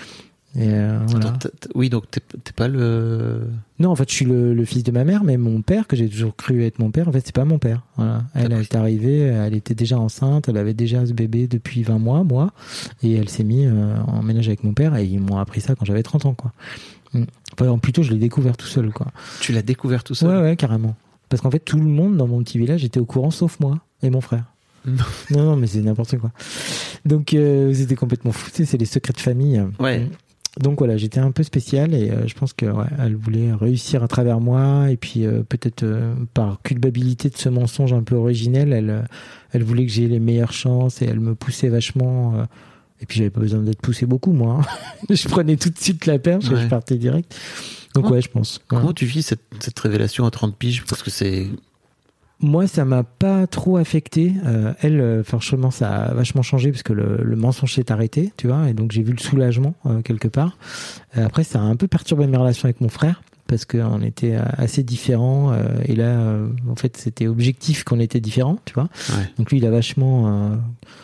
Voilà. Oui, donc t'es pas le... Non, en fait, je suis le fils de ma mère, mais mon père, que j'ai toujours cru être mon père, en fait, c'est pas mon père. Voilà. Elle est arrivée, elle était déjà enceinte, elle avait déjà ce bébé depuis 20 mois, moi, et elle s'est mise en ménage avec mon père, et ils m'ont appris ça quand j'avais 30 ans, quoi. Enfin, plutôt, je l'ai découvert tout seul, quoi. Tu l'as découvert tout seul? Ouais, carrément. Parce qu'en fait, tout le monde dans mon petit village était au courant, sauf moi et mon frère. Non, mais c'est n'importe quoi. Donc, c'était complètement fou. C'est les secrets de famille. Ouais. Donc voilà, j'étais un peu spécial et je pense que elle voulait réussir à travers moi et puis peut-être par culpabilité de ce mensonge un peu originel, elle voulait que j'ai les meilleures chances et elle me poussait vachement. Et puis j'avais pas besoin d'être poussé beaucoup, moi. Je prenais tout de suite la perche et je partais direct. Donc je pense. Comment tu vis cette révélation à 30 piges? Parce que c'est... Moi, ça m'a pas trop affecté. Elle, franchement, ça a vachement changé parce que le mensonge s'est arrêté, tu vois, et donc j'ai vu le soulagement quelque part. Après, ça a un peu perturbé mes relations avec mon frère parce qu'on était assez différents et là, en fait, c'était objectif qu'on était différents, tu vois. Ouais. Donc lui, il a vachement...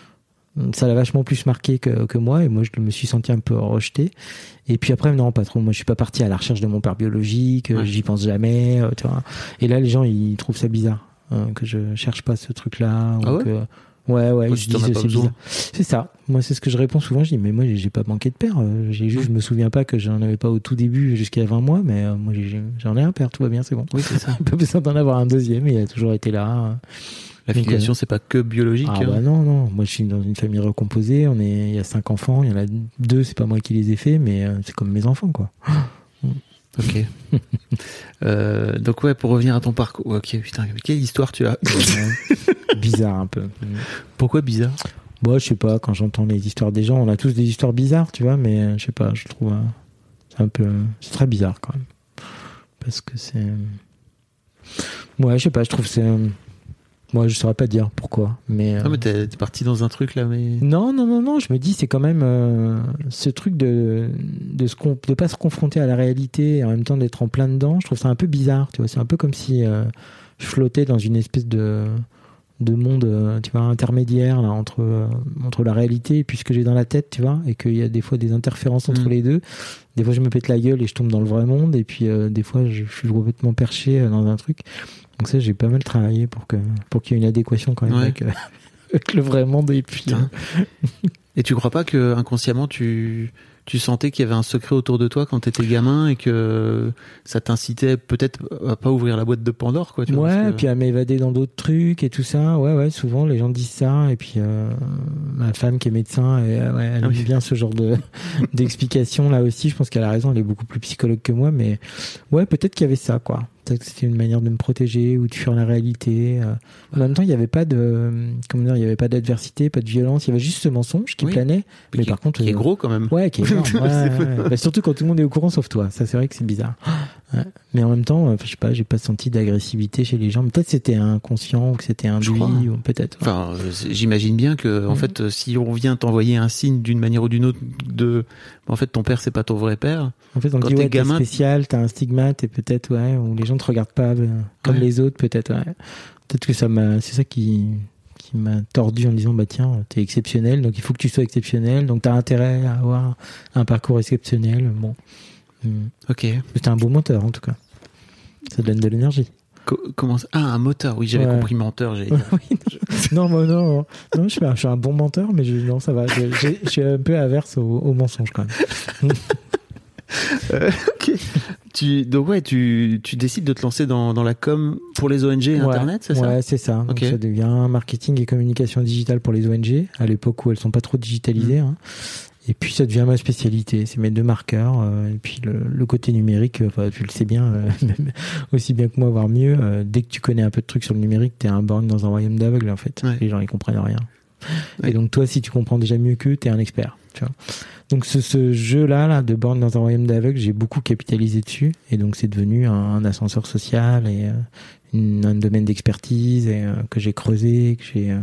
ça l'a vachement plus marqué que moi et moi je me suis senti un peu rejeté. Et puis après non, pas trop, moi je suis pas parti à la recherche de mon père biologique, j'y pense jamais, tu vois. Et là les gens ils trouvent ça bizarre que je cherche pas ce truc là ouais, ils disent c'est bizarre. C'est ça. Moi c'est ce que je réponds souvent, je dis mais moi j'ai pas manqué de père, je me souviens pas que j'en avais pas au tout début jusqu'à 20 mois mais moi j'en ai un père, tout va bien, c'est bon. Oui, c'est ça. Pas besoin d'en avoir un deuxième, il a toujours été là. La filiation, c'est pas que biologique. Non. Moi, je suis dans une famille recomposée. Il y a 5 enfants. Il y en a 2, c'est pas moi qui les ai faits, mais c'est comme mes enfants, quoi. Ok. Donc pour revenir à ton parcours. Ok, putain, quelle histoire tu as? Bizarre un peu. Pourquoi bizarre? Je sais pas. Quand j'entends les histoires des gens, on a tous des histoires bizarres, tu vois. Mais je sais pas. Je trouve c'est très bizarre quand même. Parce que c'est. Ouais, je sais pas. Je trouve que c'est. Moi, je saurais pas dire pourquoi, mais. Non, mais t'es parti dans un truc là, mais. Non. Je me dis, c'est quand même ce truc de pas se confronter à la réalité et en même temps d'être en plein dedans. Je trouve ça un peu bizarre, tu vois. C'est un peu comme si je flottais dans une espèce de de monde, tu vois, intermédiaire là, entre la réalité et puis ce que j'ai dans la tête, tu vois, et qu'il y a des fois des interférences entre les deux. Des fois, je me pète la gueule et je tombe dans le vrai monde, et puis des fois, je suis complètement perché dans un truc. Donc ça, j'ai pas mal travaillé pour qu'il y ait une adéquation quand même avec le vrai monde. Et puis. Et tu crois pas que inconsciemment tu sentais qu'il y avait un secret autour de toi quand t'étais gamin et que ça t'incitait peut-être à pas ouvrir la boîte de Pandore, quoi, tu vois, et puis à m'évader dans d'autres trucs et tout ça. Ouais, souvent les gens disent ça. Et puis ma femme qui est médecin, elle aime bien ce genre d'explication là aussi. Je pense qu'elle a raison, elle est beaucoup plus psychologue que moi, mais ouais, peut-être qu'il y avait ça, quoi. Peut-être que c'était une manière de me protéger ou de fuir la réalité. En même temps, il n'y avait pas il y avait pas d'adversité, pas de violence. Il y avait juste ce mensonge qui planait. Mais par contre, qui est gros quand même. Ouais, qui est énorme. Bah, surtout quand tout le monde est au courant sauf toi. Ça, c'est vrai que c'est bizarre. Ouais. Mais en même temps, je sais pas, j'ai pas senti d'agressivité chez les gens. Peut-être c'était inconscient ou que c'était induit, ou peut-être. Ouais. Enfin, j'imagine bien que, en fait, si on vient t'envoyer un signe d'une manière ou d'une autre en fait, ton père, c'est pas ton vrai père. En fait, on te dit, t'es gamin, t'es spécial, t'as un stigmate, et peut-être, ou les gens te regardent pas comme les autres, peut-être, Peut-être que c'est ça qui m'a tordu en disant, bah tiens, t'es exceptionnel, donc il faut que tu sois exceptionnel, donc t'as intérêt à avoir un parcours exceptionnel. Bon. Ok. C'est un beau moteur, en tout cas. Ça donne de l'énergie. Comment ça ? Ah, un moteur, oui, j'avais compris menteur, j'ai dit. non, je suis un bon menteur, mais non, ça va. Je suis un peu averse au mensonge, quand même. Ok. Tu décides de te lancer dans la com pour les ONG et Internet, c'est ça ? Ouais, c'est ça. Donc ça devient marketing et communication digitale pour les ONG, à l'époque où elles sont pas trop digitalisées. Hein. Et puis ça devient ma spécialité, c'est mes deux marqueurs. Et puis le côté numérique, tu le sais bien, aussi bien que moi, voire mieux. Dès que tu connais un peu de trucs sur le numérique, t'es un borgne dans un royaume d'aveugles, en fait. Ouais. Les gens, ils comprennent rien. Ouais. Et donc toi, si tu comprends déjà mieux qu'eux, t'es un expert. Tu vois. Donc ce jeu-là de borgne dans un royaume d'aveugles, j'ai beaucoup capitalisé dessus. Et donc c'est devenu un ascenseur social et un domaine d'expertise que j'ai creusé,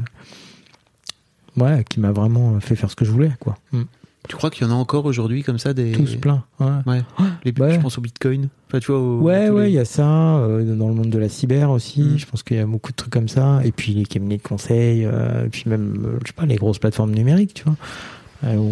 qui m'a vraiment fait faire ce que je voulais, quoi. Tu crois qu'il y en a encore aujourd'hui comme ça des... Tous plein, ouais. Je pense au Bitcoin. Enfin, tu vois, il y a ça. Dans le monde de la cyber aussi, je pense qu'il y a beaucoup de trucs comme ça. Et puis les cabinets de conseil, et puis même, je sais pas, les grosses plateformes numériques, tu vois. Où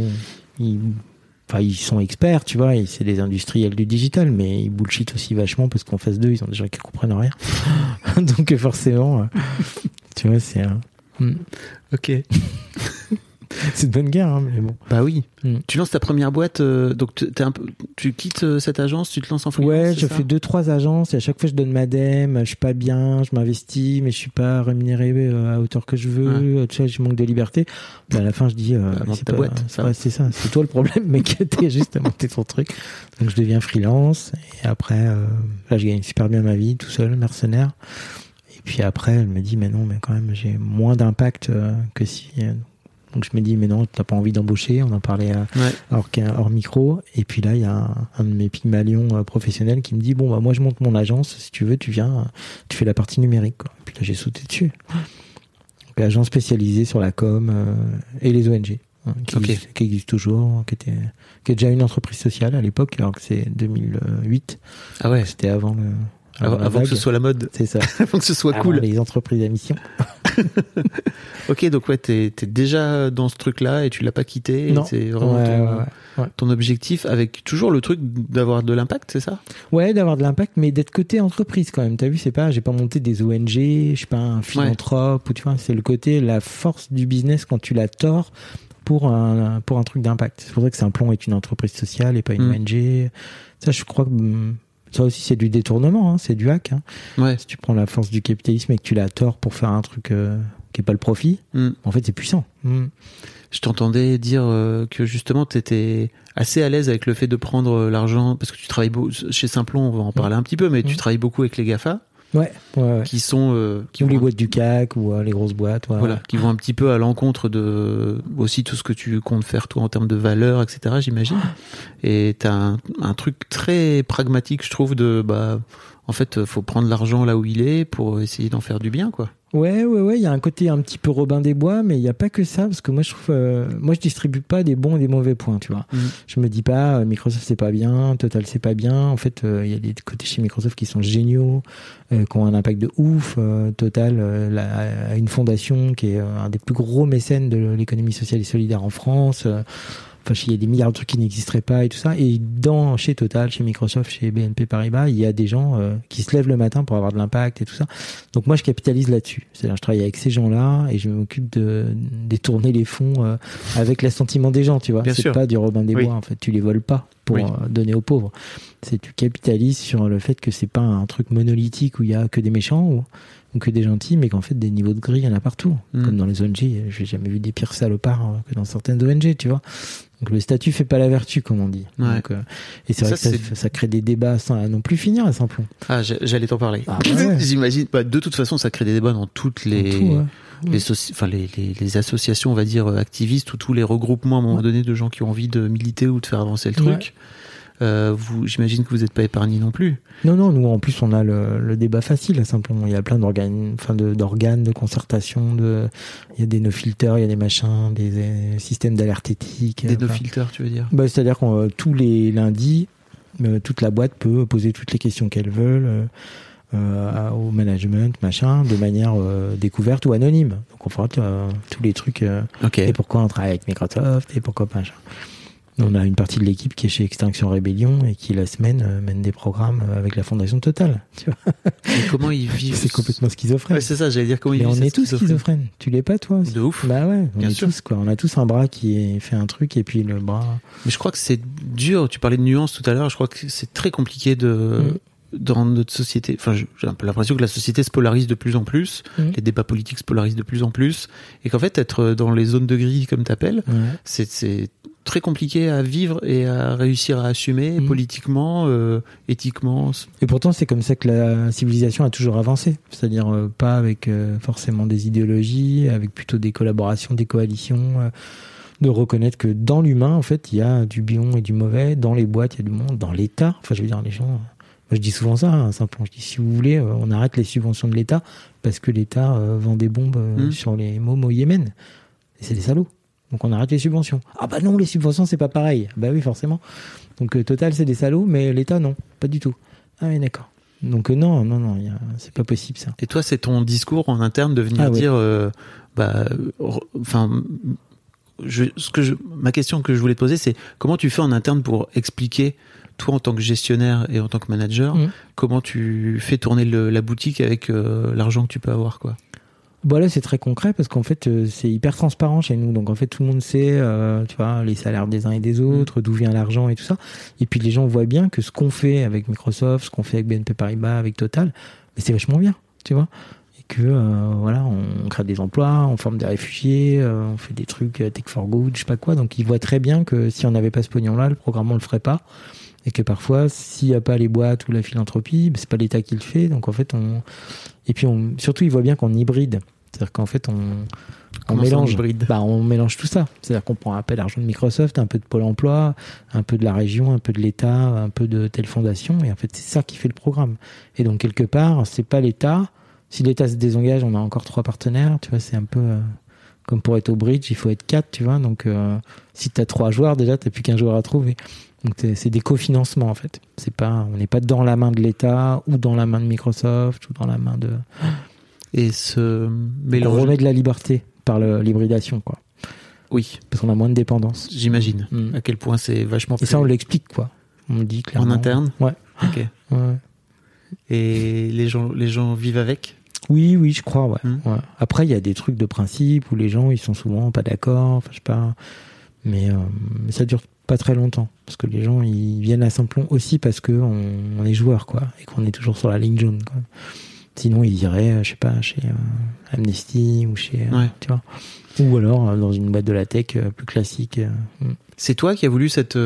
ils sont experts, tu vois, c'est des industriels du digital, mais ils bullshit aussi vachement parce qu'en face d'eux, ils ont des gens qui comprennent rien. Donc forcément, tu vois, c'est... Ok. C'est de bonne guerre, hein, mais bon. Bah oui. Tu lances ta première boîte, donc tu quittes cette agence, tu te lances en freelance. Ouais, j'ai fait 2-3 agences et à chaque fois je donne ma dème, je suis pas bien, je m'investis, mais je suis pas rémunéré à hauteur que je veux, tu vois, je manque de liberté. À la fin, je dis, monte ta boîte. C'est ça, c'est toi le problème, mec, t'es juste à monter ton truc. Donc je deviens freelance et après, là, je gagne super bien ma vie, tout seul, mercenaire. Et puis après, elle me dit, mais non, mais quand même, j'ai moins d'impact que si... Donc je me dis, mais non, t'as pas envie d'embaucher. On en parlait hors micro. Et puis là, il y a un de mes pygmalions professionnels qui me dit, bon, bah, moi, je monte mon agence. Si tu veux, tu viens, tu fais la partie numérique, quoi. Et puis là, j'ai sauté dessus. Donc, agence spécialisée sur la com et les ONG, qui existe toujours, qui est déjà une entreprise sociale à l'époque, alors que c'est 2008. Ah ouais. C'était avant avant que ce soit la mode. C'est ça. Avant que ce soit cool. Les entreprises à mission. Ok, donc t'es déjà dans ce truc-là et tu l'as pas quitté. Non. C'est vraiment ton objectif, avec toujours le truc d'avoir de l'impact, c'est ça ? Ouais, d'avoir de l'impact, mais d'être côté entreprise quand même. T'as vu, j'ai pas monté des ONG, je suis pas un philanthrope, ou tu vois, c'est le côté, la force du business quand tu la tords pour un truc d'impact. C'est pour ça que Simplon est une entreprise sociale et pas une ONG. Ça, je crois que ça aussi, c'est du détournement, hein, c'est du hack. Hein. Ouais. Si tu prends la force du capitalisme et que tu la tords pour faire un truc qui est pas le profit, en fait, c'est puissant. Je t'entendais dire que justement, t'étais assez à l'aise avec le fait de prendre l'argent, parce que tu travailles chez Simplon, on va en parler un petit peu, mais tu travailles beaucoup avec les GAFA. Ouais. Qui sont les boîtes du CAC ou les grosses boîtes. Voilà, qui vont un petit peu à l'encontre de aussi tout ce que tu comptes faire toi en termes de valeur, etc. J'imagine. Et t'as un truc très pragmatique, je trouve, en fait, faut prendre l'argent là où il est pour essayer d'en faire du bien, quoi. Ouais, il y a un côté un petit peu Robin des Bois, mais il n'y a pas que ça, parce que moi je distribue pas des bons et des mauvais points, tu vois. Je me dis pas, Microsoft c'est pas bien, Total c'est pas bien. En fait, il y a des côtés chez Microsoft qui sont géniaux, qui ont un impact de ouf. Total a une fondation qui est un des plus gros mécènes de l'économie sociale et solidaire en France. Enfin, il y a des milliards de trucs qui n'existeraient pas et tout ça. Et chez Total, chez Microsoft, chez BNP Paribas, il y a des gens qui se lèvent le matin pour avoir de l'impact et tout ça. Donc moi, je capitalise là-dessus. C'est-à-dire, je travaille avec ces gens-là et je m'occupe de détourner les fonds avec l'assentiment des gens, tu vois. C'est pas du Robin des Bois, en fait. Tu les voles pas pour donner aux pauvres. Tu capitalises sur le fait que c'est pas un truc monolithique où il y a que des méchants ou que des gentils, mais qu'en fait, des niveaux de gris, il y en a partout. Comme dans les ONG, j'ai jamais vu des pires salopards que dans certaines ONG, tu vois. Donc le statut fait pas la vertu, comme on dit. Ouais. Donc, et c'est vrai que ça crée des débats sans non plus finir à Saint-Plon. Ah, j'allais t'en parler. Ah, ouais. J'imagine. De toute façon, ça crée des débats dans toutes les... les associations, on va dire, activistes, ou tous les regroupements à un moment donné de gens qui ont envie de militer ou de faire avancer le truc. J'imagine que vous n'êtes pas épargné non plus. Non, nous en plus on a le débat facile à Saint-Plon. Il y a plein d'organes, de concertation, il y a des no-filters, il y a des machins, des systèmes d'alerte éthique. Des no-filters, tu veux dire? C'est-à-dire que tous les lundis, toute la boîte peut poser toutes les questions qu'elle veut au management, machin, de manière découverte ou anonyme. Donc on fera tous les trucs. Et pourquoi on travaille avec Microsoft et pourquoi pas. On a une partie de l'équipe qui est chez Extinction Rébellion et qui la semaine mène des programmes avec la Fondation Total. Tu vois. Et comment ils vivent? C'est complètement schizophrène. Ouais, c'est ça, j'allais dire comment ils vivent. Mais on est tous schizophrènes. Tu l'es pas, toi aussi? De ouf. Bah ouais, bien sûr. Tous, quoi. On a tous un bras qui fait un truc et puis le bras. Mais je crois que c'est dur. Tu parlais de nuances tout à l'heure. Je crois que c'est très compliqué dans notre société. Enfin, j'ai un peu l'impression que la société se polarise de plus en plus. Les débats politiques se polarisent de plus en plus. Et qu'en fait, être dans les zones de gris, comme t'appelles, c'est très compliqué à vivre et à réussir à assumer politiquement, éthiquement. Et pourtant, c'est comme ça que la civilisation a toujours avancé. C'est-à-dire pas avec forcément des idéologies, avec plutôt des collaborations, des coalitions, de reconnaître que dans l'humain, en fait, il y a du bon et du mauvais. Dans les boîtes, il y a du monde. Dans l'État, enfin, je veux dire, les gens... Moi, je dis souvent ça, simplement. Je dis, si vous voulez, on arrête les subventions de l'État parce que l'État vend des bombes sur les mômes au Yémen. Et c'est des salauds. Donc on arrête les subventions. Ah bah non, les subventions c'est pas pareil. Bah oui, forcément. Donc Total c'est des salauds, mais l'État non, pas du tout. Ah oui, d'accord. Donc non, c'est pas possible ça. Et toi, c'est ton discours en interne de venir dire, ma question que je voulais te poser, c'est comment tu fais en interne pour expliquer, toi en tant que gestionnaire et en tant que manager, comment tu fais tourner la boutique avec l'argent que tu peux avoir, quoi. Bah là c'est très concret parce qu'en fait c'est hyper transparent chez nous, donc en fait tout le monde sait tu vois, les salaires des uns et des autres, d'où vient l'argent et tout ça, et puis les gens voient bien que ce qu'on fait avec Microsoft, ce qu'on fait avec BNP Paribas, avec Total, mais c'est vachement bien, tu vois, et que on crée des emplois, on forme des réfugiés, on fait des trucs Tech for Good, je sais pas quoi, donc ils voient très bien que si on n'avait pas ce pognon là, le programme on le ferait pas. Et que parfois, s'il n'y a pas les boîtes ou la philanthropie, c'est pas l'État qui le fait. Donc en fait, surtout, ils voient bien qu'on hybride. C'est-à-dire qu'en fait, on mélange. On mélange tout ça. C'est-à-dire qu'on prend un peu d'argent de Microsoft, un peu de Pôle Emploi, un peu de la région, un peu de l'État, un peu de telle fondation. Et en fait, c'est ça qui fait le programme. Et donc quelque part, c'est pas l'État. Si l'État se désengage, on a encore 3 partenaires. Tu vois, c'est un peu comme pour être au bridge, il faut être 4. Tu vois, donc si t'as 3 joueurs, déjà, t'as plus qu'un joueur à trouver. Donc c'est des cofinancements en fait. On n'est pas dans la main de l'État ou dans la main de Microsoft ou dans la main de. Et ce mélange. On remet de la liberté par l'hybridation, quoi. Oui. Parce qu'on a moins de dépendance. J'imagine. À quel point c'est vachement. Et ça on l'explique, quoi. On le dit clairement. En interne. Ouais. Ok. Ouais. Et les gens vivent avec. Oui, je crois. Ouais. Ouais. Après il y a des trucs de principe où les gens ils sont souvent pas d'accord. Enfin je sais pas. Mais ça dure pas très longtemps parce que les gens ils viennent à Saint-Plon aussi parce que on est joueurs, quoi, et qu'on est toujours sur la ligne jaune, quoi. Sinon ils iraient je sais pas chez Amnesty ou chez tu vois, ou alors dans une boîte de la tech plus classique. C'est toi qui as voulu cette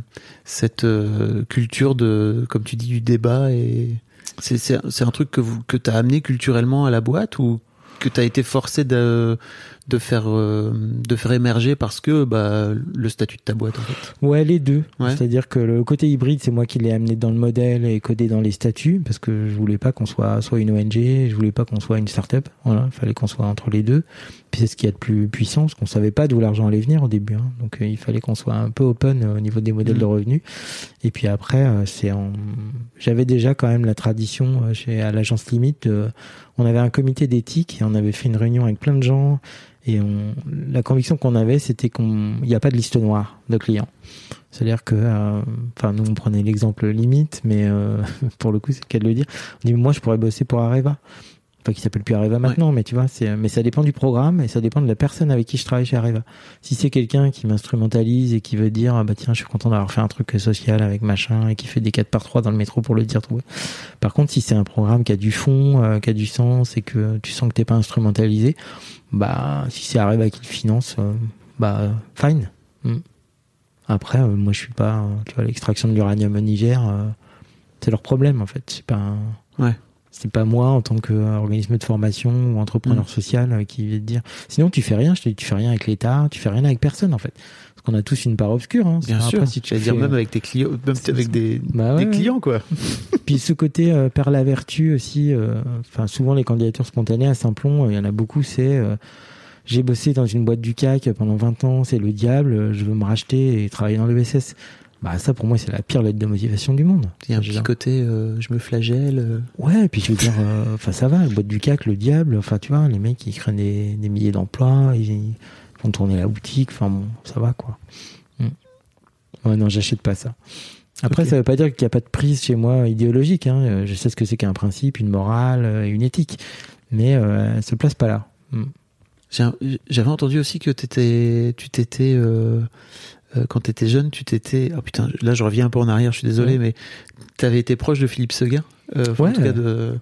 culture de, comme tu dis, du débat, et c'est un truc que t'as amené culturellement à la boîte, ou que t'as été forcé de de faire émerger parce que le statut de ta boîte en fait. Ouais, les deux. Ouais. C'est-à-dire que le côté hybride, c'est moi qui l'ai amené dans le modèle et codé dans les statuts, parce que je voulais pas qu'on soit une ONG, je voulais pas qu'on soit une start-up. Voilà, il fallait qu'on soit entre les deux. Puis c'est ce qu'il y a de plus puissant, parce qu'on savait pas d'où l'argent allait venir au début. Hein. Donc il fallait qu'on soit un peu open au niveau des modèles de revenus. Et puis après, j'avais déjà quand même la tradition à l'agence Limite. On avait un comité d'éthique et on avait fait une réunion avec plein de gens. Et la conviction qu'on avait, c'était qu'il n'y a pas de liste noire de clients. C'est-à-dire que, nous on prenait l'exemple Limite, mais pour le coup, c'est le cas de le dire. On dit, moi, je pourrais bosser pour Areva. Enfin, qui s'appelle plus Areva maintenant, mais tu vois, mais ça dépend du programme et ça dépend de la personne avec qui je travaille chez Areva. Si c'est quelqu'un qui m'instrumentalise et qui veut dire, tiens, je suis content d'avoir fait un truc social avec machin et qui fait des 4x3 dans le métro pour le dire, tout. Par contre, si c'est un programme qui a du fond, qui a du sens et que tu sens que t'es pas instrumentalisé, si c'est Areva qui le finance, fine. Après, moi, je suis pas, tu vois, l'extraction de l'uranium au Niger, c'est leur problème, en fait. C'est pas C'est pas moi, en tant qu'organisme de formation ou entrepreneur social, qui va te dire. Sinon, tu fais rien. Je te dis, tu fais rien avec l'État, tu fais rien avec personne, en fait. Parce qu'on a tous une part obscure. Hein. Bien sûr. Si tu veux dire, même avec tes clients, même avec des clients, quoi. Puis ce côté perd la vertu aussi. Souvent les candidatures spontanées à Simplon, il y en a beaucoup. C'est j'ai bossé dans une boîte du CAC pendant 20 ans, c'est le diable. Je veux me racheter et travailler dans l'ESS. Ça pour moi c'est la pire lettre de motivation du monde. Il y a un petit côté je me flagelle. Ouais, et puis je veux dire ça va, la boîte du CAC, le diable, tu vois, les mecs ils créent des milliers d'emplois, ils font tourner la boutique, ça va quoi. Ouais, non, j'achète pas ça. Après ça veut pas dire qu'il y a pas de prise chez moi idéologique, hein. Je sais ce que c'est qu'un principe, une morale et une éthique, mais elle se place pas là. J'avais entendu aussi que tu t'étais quand t'étais jeune, là je reviens un peu en arrière, je suis désolé, mais t'avais été proche de Philippe Séguin, en tout cas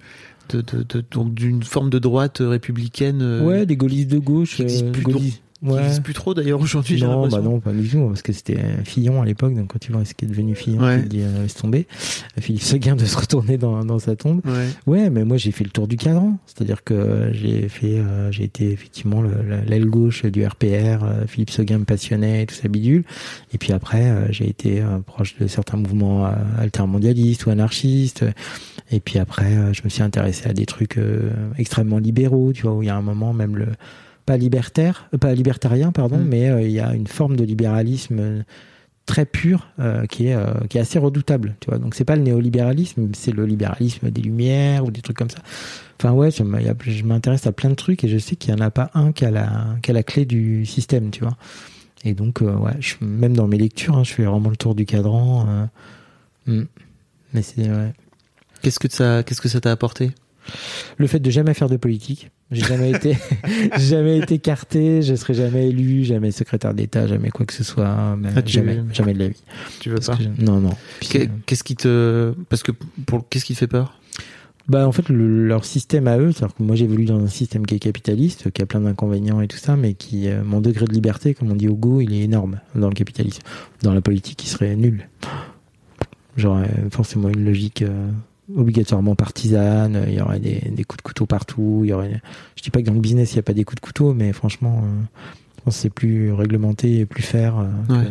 donc d'une forme de droite républicaine. Des gaullistes de gauche. Qui n'existe plus trop d'ailleurs aujourd'hui. Non, non, pas du tout, parce que c'était Fillon à l'époque, donc quand tu vois ce qui est devenu Fillon, tu te dis laisse tomber. Philippe Séguin de se retourner dans sa tombe. Ouais, mais moi j'ai fait le tour du cadran, c'est-à-dire que j'ai été effectivement l'aile gauche du RPR, Philippe Séguin me passionnait, tout ça bidule, et puis après j'ai été proche de certains mouvements altermondialistes ou anarchistes, et puis après je me suis intéressé à des trucs extrêmement libéraux, tu vois, où il y a un moment même pas libertarien, mais il y a une forme de libéralisme très pur qui est assez redoutable, tu vois. Donc c'est pas le néolibéralisme, c'est le libéralisme des Lumières ou des trucs comme ça. Je m'intéresse à plein de trucs et je sais qu'il y en a pas un qui a la clé du système, tu vois. Et donc même dans mes lectures, je fais vraiment le tour du cadran. Mais c'est Qu'est-ce que ça t'a apporté? Le fait de jamais faire de politique. J'ai jamais été carté, je serai jamais élu, jamais secrétaire d'État, jamais quoi que ce soit, jamais de la vie. Tu veux pas? Non. Qu'est-ce qui te fait peur? En fait, leur système à eux, c'est-à-dire que moi j'évolue dans un système qui est capitaliste, qui a plein d'inconvénients et tout ça, mais mon degré de liberté, comme on dit au Go, il est énorme dans le capitalisme. Dans la politique, il serait nul. J'aurais forcément une logique obligatoirement partisane, il y aurait des coups de couteau partout, je dis pas que dans le business il n'y a pas des coups de couteau, mais franchement je pense que c'est plus réglementé et plus fair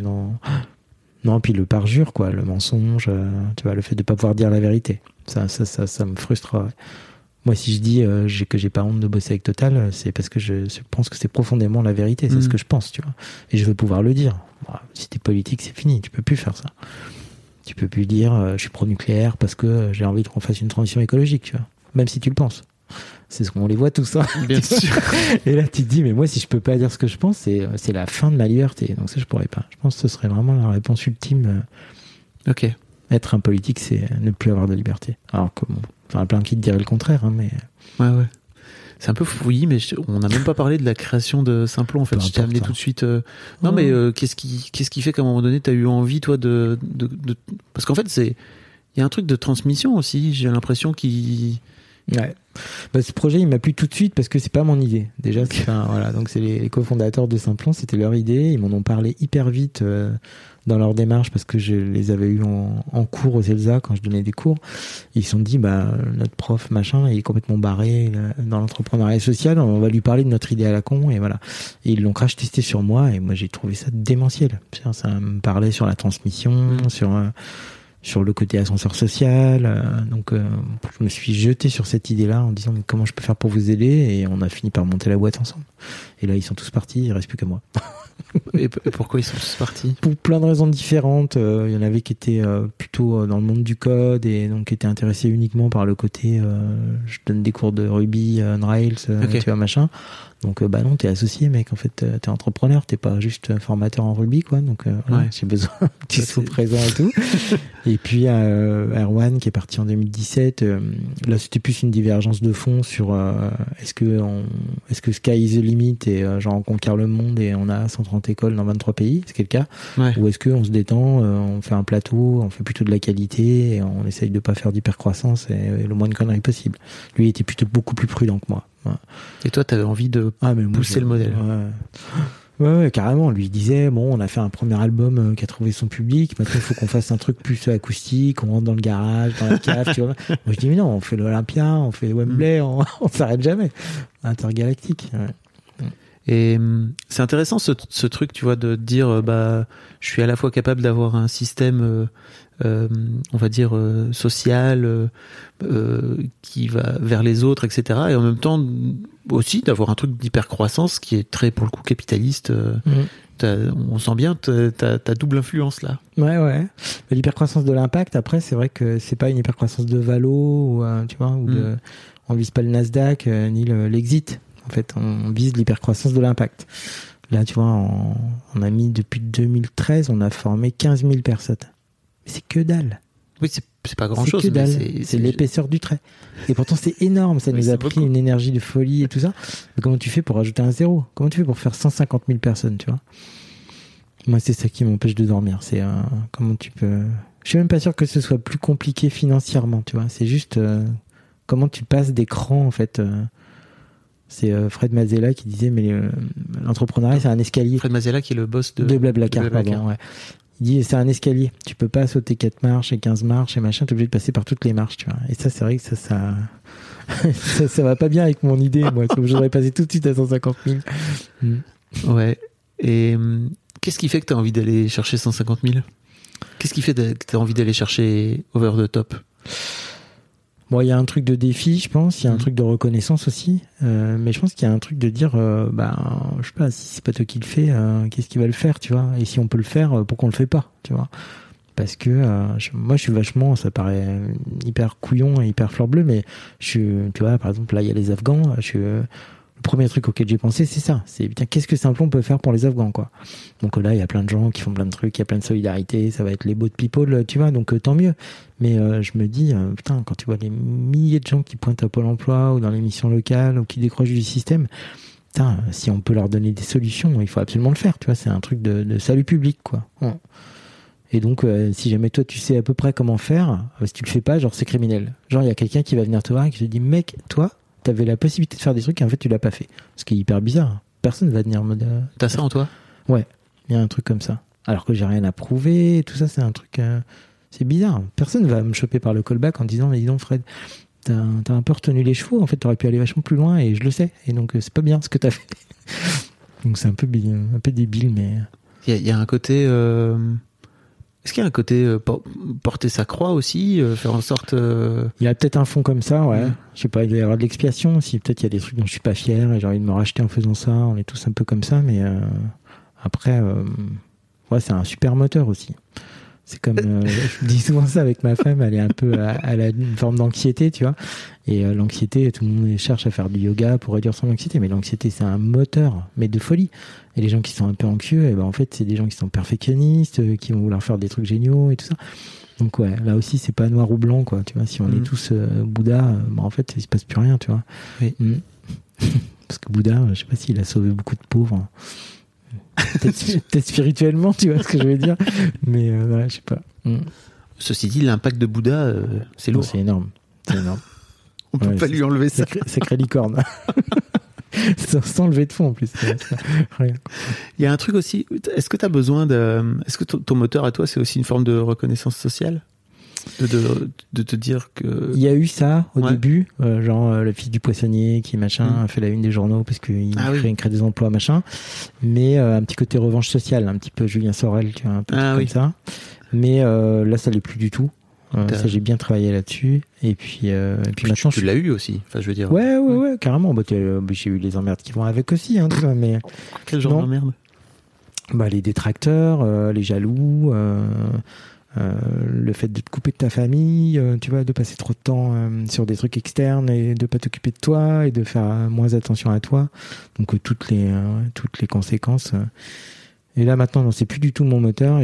non, puis le parjure, quoi, le mensonge, tu vois, le fait de pas pouvoir dire la vérité, ça me frustre. Moi si je dis que j'ai pas honte de bosser avec Total, c'est parce que je pense que c'est profondément la vérité, c'est ce que je pense, tu vois, et je veux pouvoir le dire. Si t'es politique, c'est fini, tu peux plus faire ça. Tu peux plus dire je suis pro-nucléaire parce que j'ai envie qu'on fasse une transition écologique, tu vois. Même si tu le penses. C'est ce qu'on les voit tout ça. Bien sûr. Et là tu te dis mais moi si je peux pas dire ce que je pense, c'est la fin de ma liberté. Donc ça je pourrais pas. Je pense que ce serait vraiment la réponse ultime. OK. Être un politique, c'est ne plus avoir de liberté. Alors que il y en a plein qui te diraient le contraire, mais ouais. C'est un peu fouillis, mais on n'a même pas parlé de la création de Simplon, en fait. Je t'ai amené tout de suite. Non, mais qu'est-ce qui fait qu'à un moment donné, t'as eu envie, toi, de... Parce qu'en fait, il y a un truc de transmission aussi. J'ai l'impression qu'il Ouais. Bah, ce projet, il m'a plu tout de suite parce que c'est pas mon idée. Déjà, voilà. Donc, c'est les cofondateurs de Simplon, c'était leur idée. Ils m'en ont parlé hyper vite dans leur démarche parce que je les avais eus en cours au CELSA quand je donnais des cours. Ils se sont dit, notre prof, machin, il est complètement barré dans l'entrepreneuriat social. On va lui parler de notre idée à la con et voilà. Et ils l'ont crash testé sur moi et moi, j'ai trouvé ça démentiel. Ça me parlait sur la transmission, sur le côté ascenseur social, donc je me suis jeté sur cette idée-là en disant mais comment je peux faire pour vous aider, et on a fini par monter la boîte ensemble. Et là ils sont tous partis, il reste plus que moi. Et pourquoi ils sont tous partis? Pour plein de raisons différentes. Il y en avait qui étaient plutôt dans le monde du code et donc qui étaient intéressés uniquement par le côté je donne des cours de Ruby on Rails, tu vois, machin. Donc non, t'es associé mec, en fait t'es entrepreneur, t'es pas juste formateur en Ruby quoi. Donc j'ai besoin que tu sois présent et tout. Et puis Erwan qui est parti en 2017, là c'était plus une divergence de fond sur est-ce que sky is the limit et genre on conquiert le monde et on a 130 écoles dans 23 pays, c'est le cas, ou est-ce qu'on se détend, on fait un plateau, on fait plutôt de la qualité et on essaye de pas faire d'hypercroissance et le moins de conneries possible. Lui il était plutôt beaucoup plus prudent que moi. Ouais. Et toi, t'avais envie de pousser le modèle. Ouais, carrément. Lui, il disait, bon, on a fait un premier album qui a trouvé son public. Maintenant, il faut qu'on fasse un truc plus acoustique. On rentre dans le garage, dans la cave, tu vois. Moi, je dis, mais non, on fait l'Olympia, on fait Wembley, on s'arrête jamais. Intergalactique. Ouais. Et c'est intéressant ce truc, tu vois, de dire, je suis à la fois capable d'avoir un système, on va dire, social, qui va vers les autres, etc. Et en même temps, aussi d'avoir un truc d'hypercroissance qui est très, pour le coup, capitaliste. On sent bien ta double influence là. Ouais. Mais l'hypercroissance de l'impact, après, c'est vrai que c'est pas une hypercroissance de valo, ou, tu vois, on vise pas le Nasdaq, ni l'exit. En fait, on vise l'hypercroissance de l'impact. Là, tu vois, on a mis depuis 2013, on a formé 15 000 personnes. Mais c'est que dalle. Oui, c'est pas grand-chose. C'est que dalle. C'est l'épaisseur du trait. Et pourtant, c'est énorme. Ça nous a pris une énergie de folie et tout ça. Mais comment tu fais pour rajouter un zéro? Comment tu fais pour faire 150 000 personnes, tu vois? Moi, c'est ça qui m'empêche de dormir. C'est comment tu peux... Je suis même pas sûr que ce soit plus compliqué financièrement, tu vois. C'est juste comment tu passes d'écran, en fait... C'est Fred Mazzella qui disait mais l'entrepreneuriat c'est un escalier. Fred Mazzella qui est le boss de Blablacar, pardon. Ouais. Il dit c'est un escalier. Tu peux pas sauter 4 marches et 15 marches et machin. T'es obligé de passer par toutes les marches, tu vois. Et ça c'est vrai que ça va pas bien avec mon idée. Moi, j'aurais passé tout de suite à 150 000. Ouais. Et qu'est-ce qui fait que t'as envie d'aller chercher 150 000? Qu'est-ce qui fait que t'as envie d'aller chercher over the top? Bon, il y a un truc de défi, je pense. Il y a un truc de reconnaissance aussi. Mais je pense qu'il y a un truc de dire, je sais pas, si c'est pas toi qui le fais, qu'est-ce qui va le faire, tu vois? Et si on peut le faire, pourquoi on le fait pas, tu vois? Parce que moi, je suis vachement, ça paraît hyper couillon et hyper fleur bleue, mais tu vois, par exemple, là, il y a les Afghans. Le premier truc auquel j'ai pensé, c'est ça. C'est, putain, qu'est-ce que Simplon peut faire pour les Afghans, quoi. Donc là, il y a plein de gens qui font plein de trucs, il y a plein de solidarité, ça va être les boat people, tu vois, donc tant mieux. Mais je me dis, putain, quand tu vois les milliers de gens qui pointent à Pôle emploi ou dans les missions locales ou qui décrochent du système, putain, si on peut leur donner des solutions, il faut absolument le faire, tu vois, c'est un truc de salut public, quoi. Ouais. Et donc, si jamais toi, tu sais à peu près comment faire, si tu le fais pas, genre, c'est criminel. Genre, il y a quelqu'un qui va venir te voir et qui te dit, mec, toi, t'avais la possibilité de faire des trucs et en fait tu l'as pas fait, ce qui est hyper bizarre. Personne va venir me dire t'as ça en toi? Ouais, il y a un truc comme ça alors que j'ai rien à prouver, tout ça. C'est un truc c'est bizarre. Personne va me choper par le callback en disant mais dis donc Fred, t'as un peu retenu les chevaux, en fait t'aurais pu aller vachement plus loin et je le sais, et donc c'est pas bien ce que t'as fait. Donc c'est un peu débile, mais il y a un côté est-ce qu'il y a un côté porter sa croix aussi, faire en sorte... Il y a peut-être un fond comme ça, ouais. Je sais pas, il doit y avoir de l'expiation aussi. Peut-être il y a des trucs dont je suis pas fier et j'ai envie de me racheter en faisant ça. On est tous un peu comme ça, mais après, c'est un super moteur aussi. C'est comme, je dis souvent ça avec ma femme, elle est un peu, elle a une forme d'anxiété, tu vois. Et l'anxiété, tout le monde cherche à faire du yoga pour réduire son anxiété, mais l'anxiété, c'est un moteur, mais de folie. Et les gens qui sont un peu anxieux, en fait, c'est des gens qui sont perfectionnistes, qui vont vouloir faire des trucs géniaux et tout ça. Donc ouais, là aussi, c'est pas noir ou blanc, quoi. Tu vois, si on est tous Bouddha, en fait, il se passe plus rien, tu vois. Oui. Parce que Bouddha, je sais pas s'il a sauvé beaucoup de pauvres. Peut-être spirituellement, tu vois ce que je veux dire, mais je sais pas. Ceci dit, l'impact de Bouddha, c'est lourd. C'est énorme. On peut pas lui enlever ça. Sacré licorne. Sans lever de fond en plus. Il y a un truc aussi. Est-ce que tu as besoin de. Est-ce que ton moteur à toi, c'est aussi une forme de reconnaissance sociale de te dire que. Il y a eu ça au début, genre le fils du poissonnier qui a fait la une des journaux parce qu'il crée des emplois machin. Mais un petit côté revanche sociale, un petit peu Julien Sorel, tu vois, un peu comme ça. Mais là, ça l'est plus du tout. Ça, j'ai bien travaillé là-dessus. Et puis maintenant, tu l'as eu aussi. Enfin, je veux dire. Ouais, carrément. J'ai eu les emmerdes qui vont avec aussi, hein, tu vois, mais. Quel genre d'emmerde? Les détracteurs, les jaloux, le fait de te couper de ta famille, tu vois, de passer trop de temps sur des trucs externes et de pas t'occuper de toi et de faire moins attention à toi. Donc toutes les conséquences. Et là maintenant, non, c'est plus du tout mon moteur et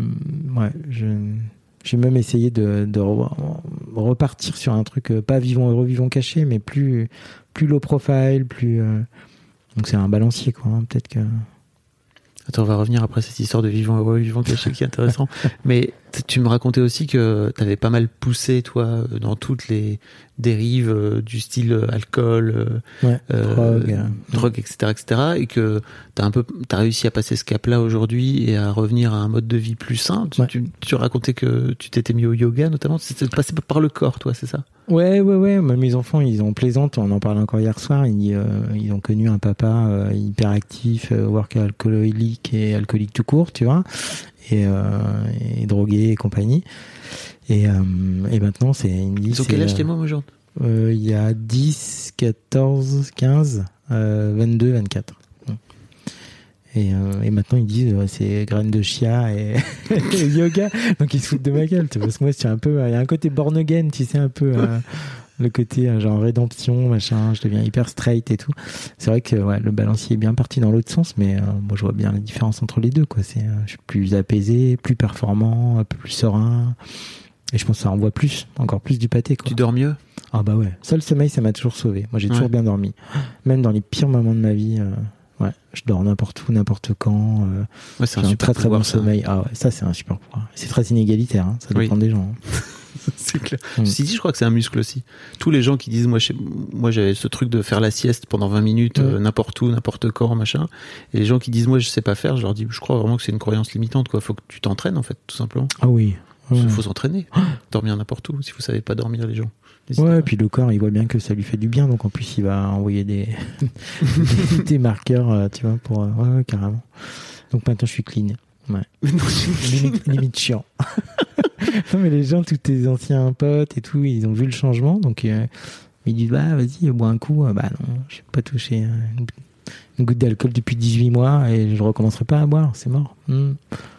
j'ai même essayé de repartir sur un truc pas vivons heureux, vivons cachés, mais plus low profile, donc c'est un balancier quoi. Hein, peut-être que. Attends, on va revenir après cette histoire de vivant heureux, vivant caché qui est intéressant. Mais tu me racontais aussi que tu avais pas mal poussé, toi, dans toutes les dérives du style alcool, drogue, etc., et que t'as réussi à passer ce cap-là aujourd'hui et à revenir à un mode de vie plus sain. Tu racontais que tu t'étais mis au yoga, notamment. C'était passé par le corps, toi, c'est ça? Ouais. Mes enfants, ils ont plaisante. On en parlait encore hier soir. Ils ont connu un papa hyperactif, workaholic et alcoolique tout court, tu vois, et drogué et compagnie. Et maintenant, ils ont quel âge tes mômes aujourd'hui? Il y a 10, 14, 15, 22, 24. Et maintenant ils disent c'est graines de chia et yoga, donc ils se foutent de ma gueule, parce que moi c'est il y a un côté born again, tu sais, un peu le côté genre rédemption machin, je deviens hyper straight et tout. C'est vrai que le balancier est bien parti dans l'autre sens, mais moi je vois bien la différence entre les deux quoi. Je suis plus apaisé, plus performant, un peu plus serein, et je pense que ça envoie encore plus du pâté quoi. Tu dors mieux? Ah bah ouais, ça le sommeil ça m'a toujours sauvé. Moi j'ai toujours bien dormi, même dans les pires moments de ma vie. Je dors n'importe où, n'importe quand. C'est un très très bon sommeil. Ah ouais, ça c'est un super pouvoir. C'est très inégalitaire, hein, ça dépend des gens. Hein. C'est clair. Ceci dit, je crois que c'est un muscle aussi. Tous les gens qui disent, moi j'avais ce truc de faire la sieste pendant 20 minutes, n'importe où, n'importe quand, machin. Et les gens qui disent, moi je sais pas faire, je leur dis, je crois vraiment que c'est une croyance limitante, quoi. Faut que tu t'entraînes, en fait, tout simplement. Ah oui. Il faut s'entraîner. Dormir n'importe où, si vous savez pas dormir, les gens. Et puis le corps, il voit bien que ça lui fait du bien, donc en plus il va envoyer des marqueurs, tu vois, pour carrément. Donc maintenant je suis clean. Ouais. limite chiant. Non mais les gens, tous tes anciens potes et tout, ils ont vu le changement, donc ils disent vas-y, bois un coup. Non, je n'ai pas touché une goutte d'alcool depuis 18 mois et je ne recommencerai pas à boire, c'est mort. Donc,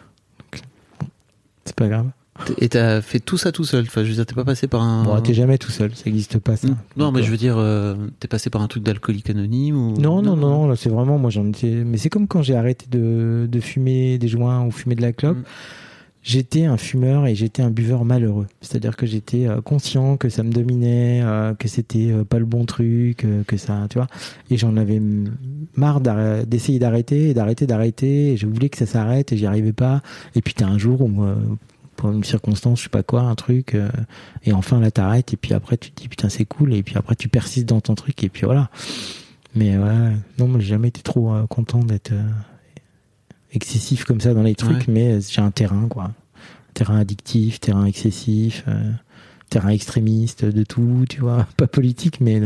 c'est pas grave. Et t'as fait tout ça tout seul? Enfin, je veux dire, t'es pas passé par un... Bon, t'es jamais tout seul, ça existe pas, ça. Non, mais je veux dire, t'es passé par un truc d'alcoolique anonyme ou... Non, là, c'est vraiment, moi, j'en étais... Mais c'est comme quand j'ai arrêté de fumer des joints ou fumer de la clope. J'étais un fumeur et j'étais un buveur malheureux. C'est-à-dire que j'étais conscient que ça me dominait, que c'était pas le bon truc, que ça, tu vois. Et j'en avais marre d'essayer d'arrêter et d'arrêter. Et je voulais que ça s'arrête et j'y arrivais pas. Et puis t'as un jour où... pour une circonstance, je sais pas quoi, un truc, et enfin là t'arrêtes, et puis après tu te dis putain c'est cool, et puis après tu persistes dans ton truc, et puis voilà. Mais non, moi j'ai jamais été trop content d'être excessif comme ça dans les trucs, mais j'ai un terrain quoi, terrain addictif, terrain excessif, terrain extrémiste, de tout, tu vois, pas politique, mais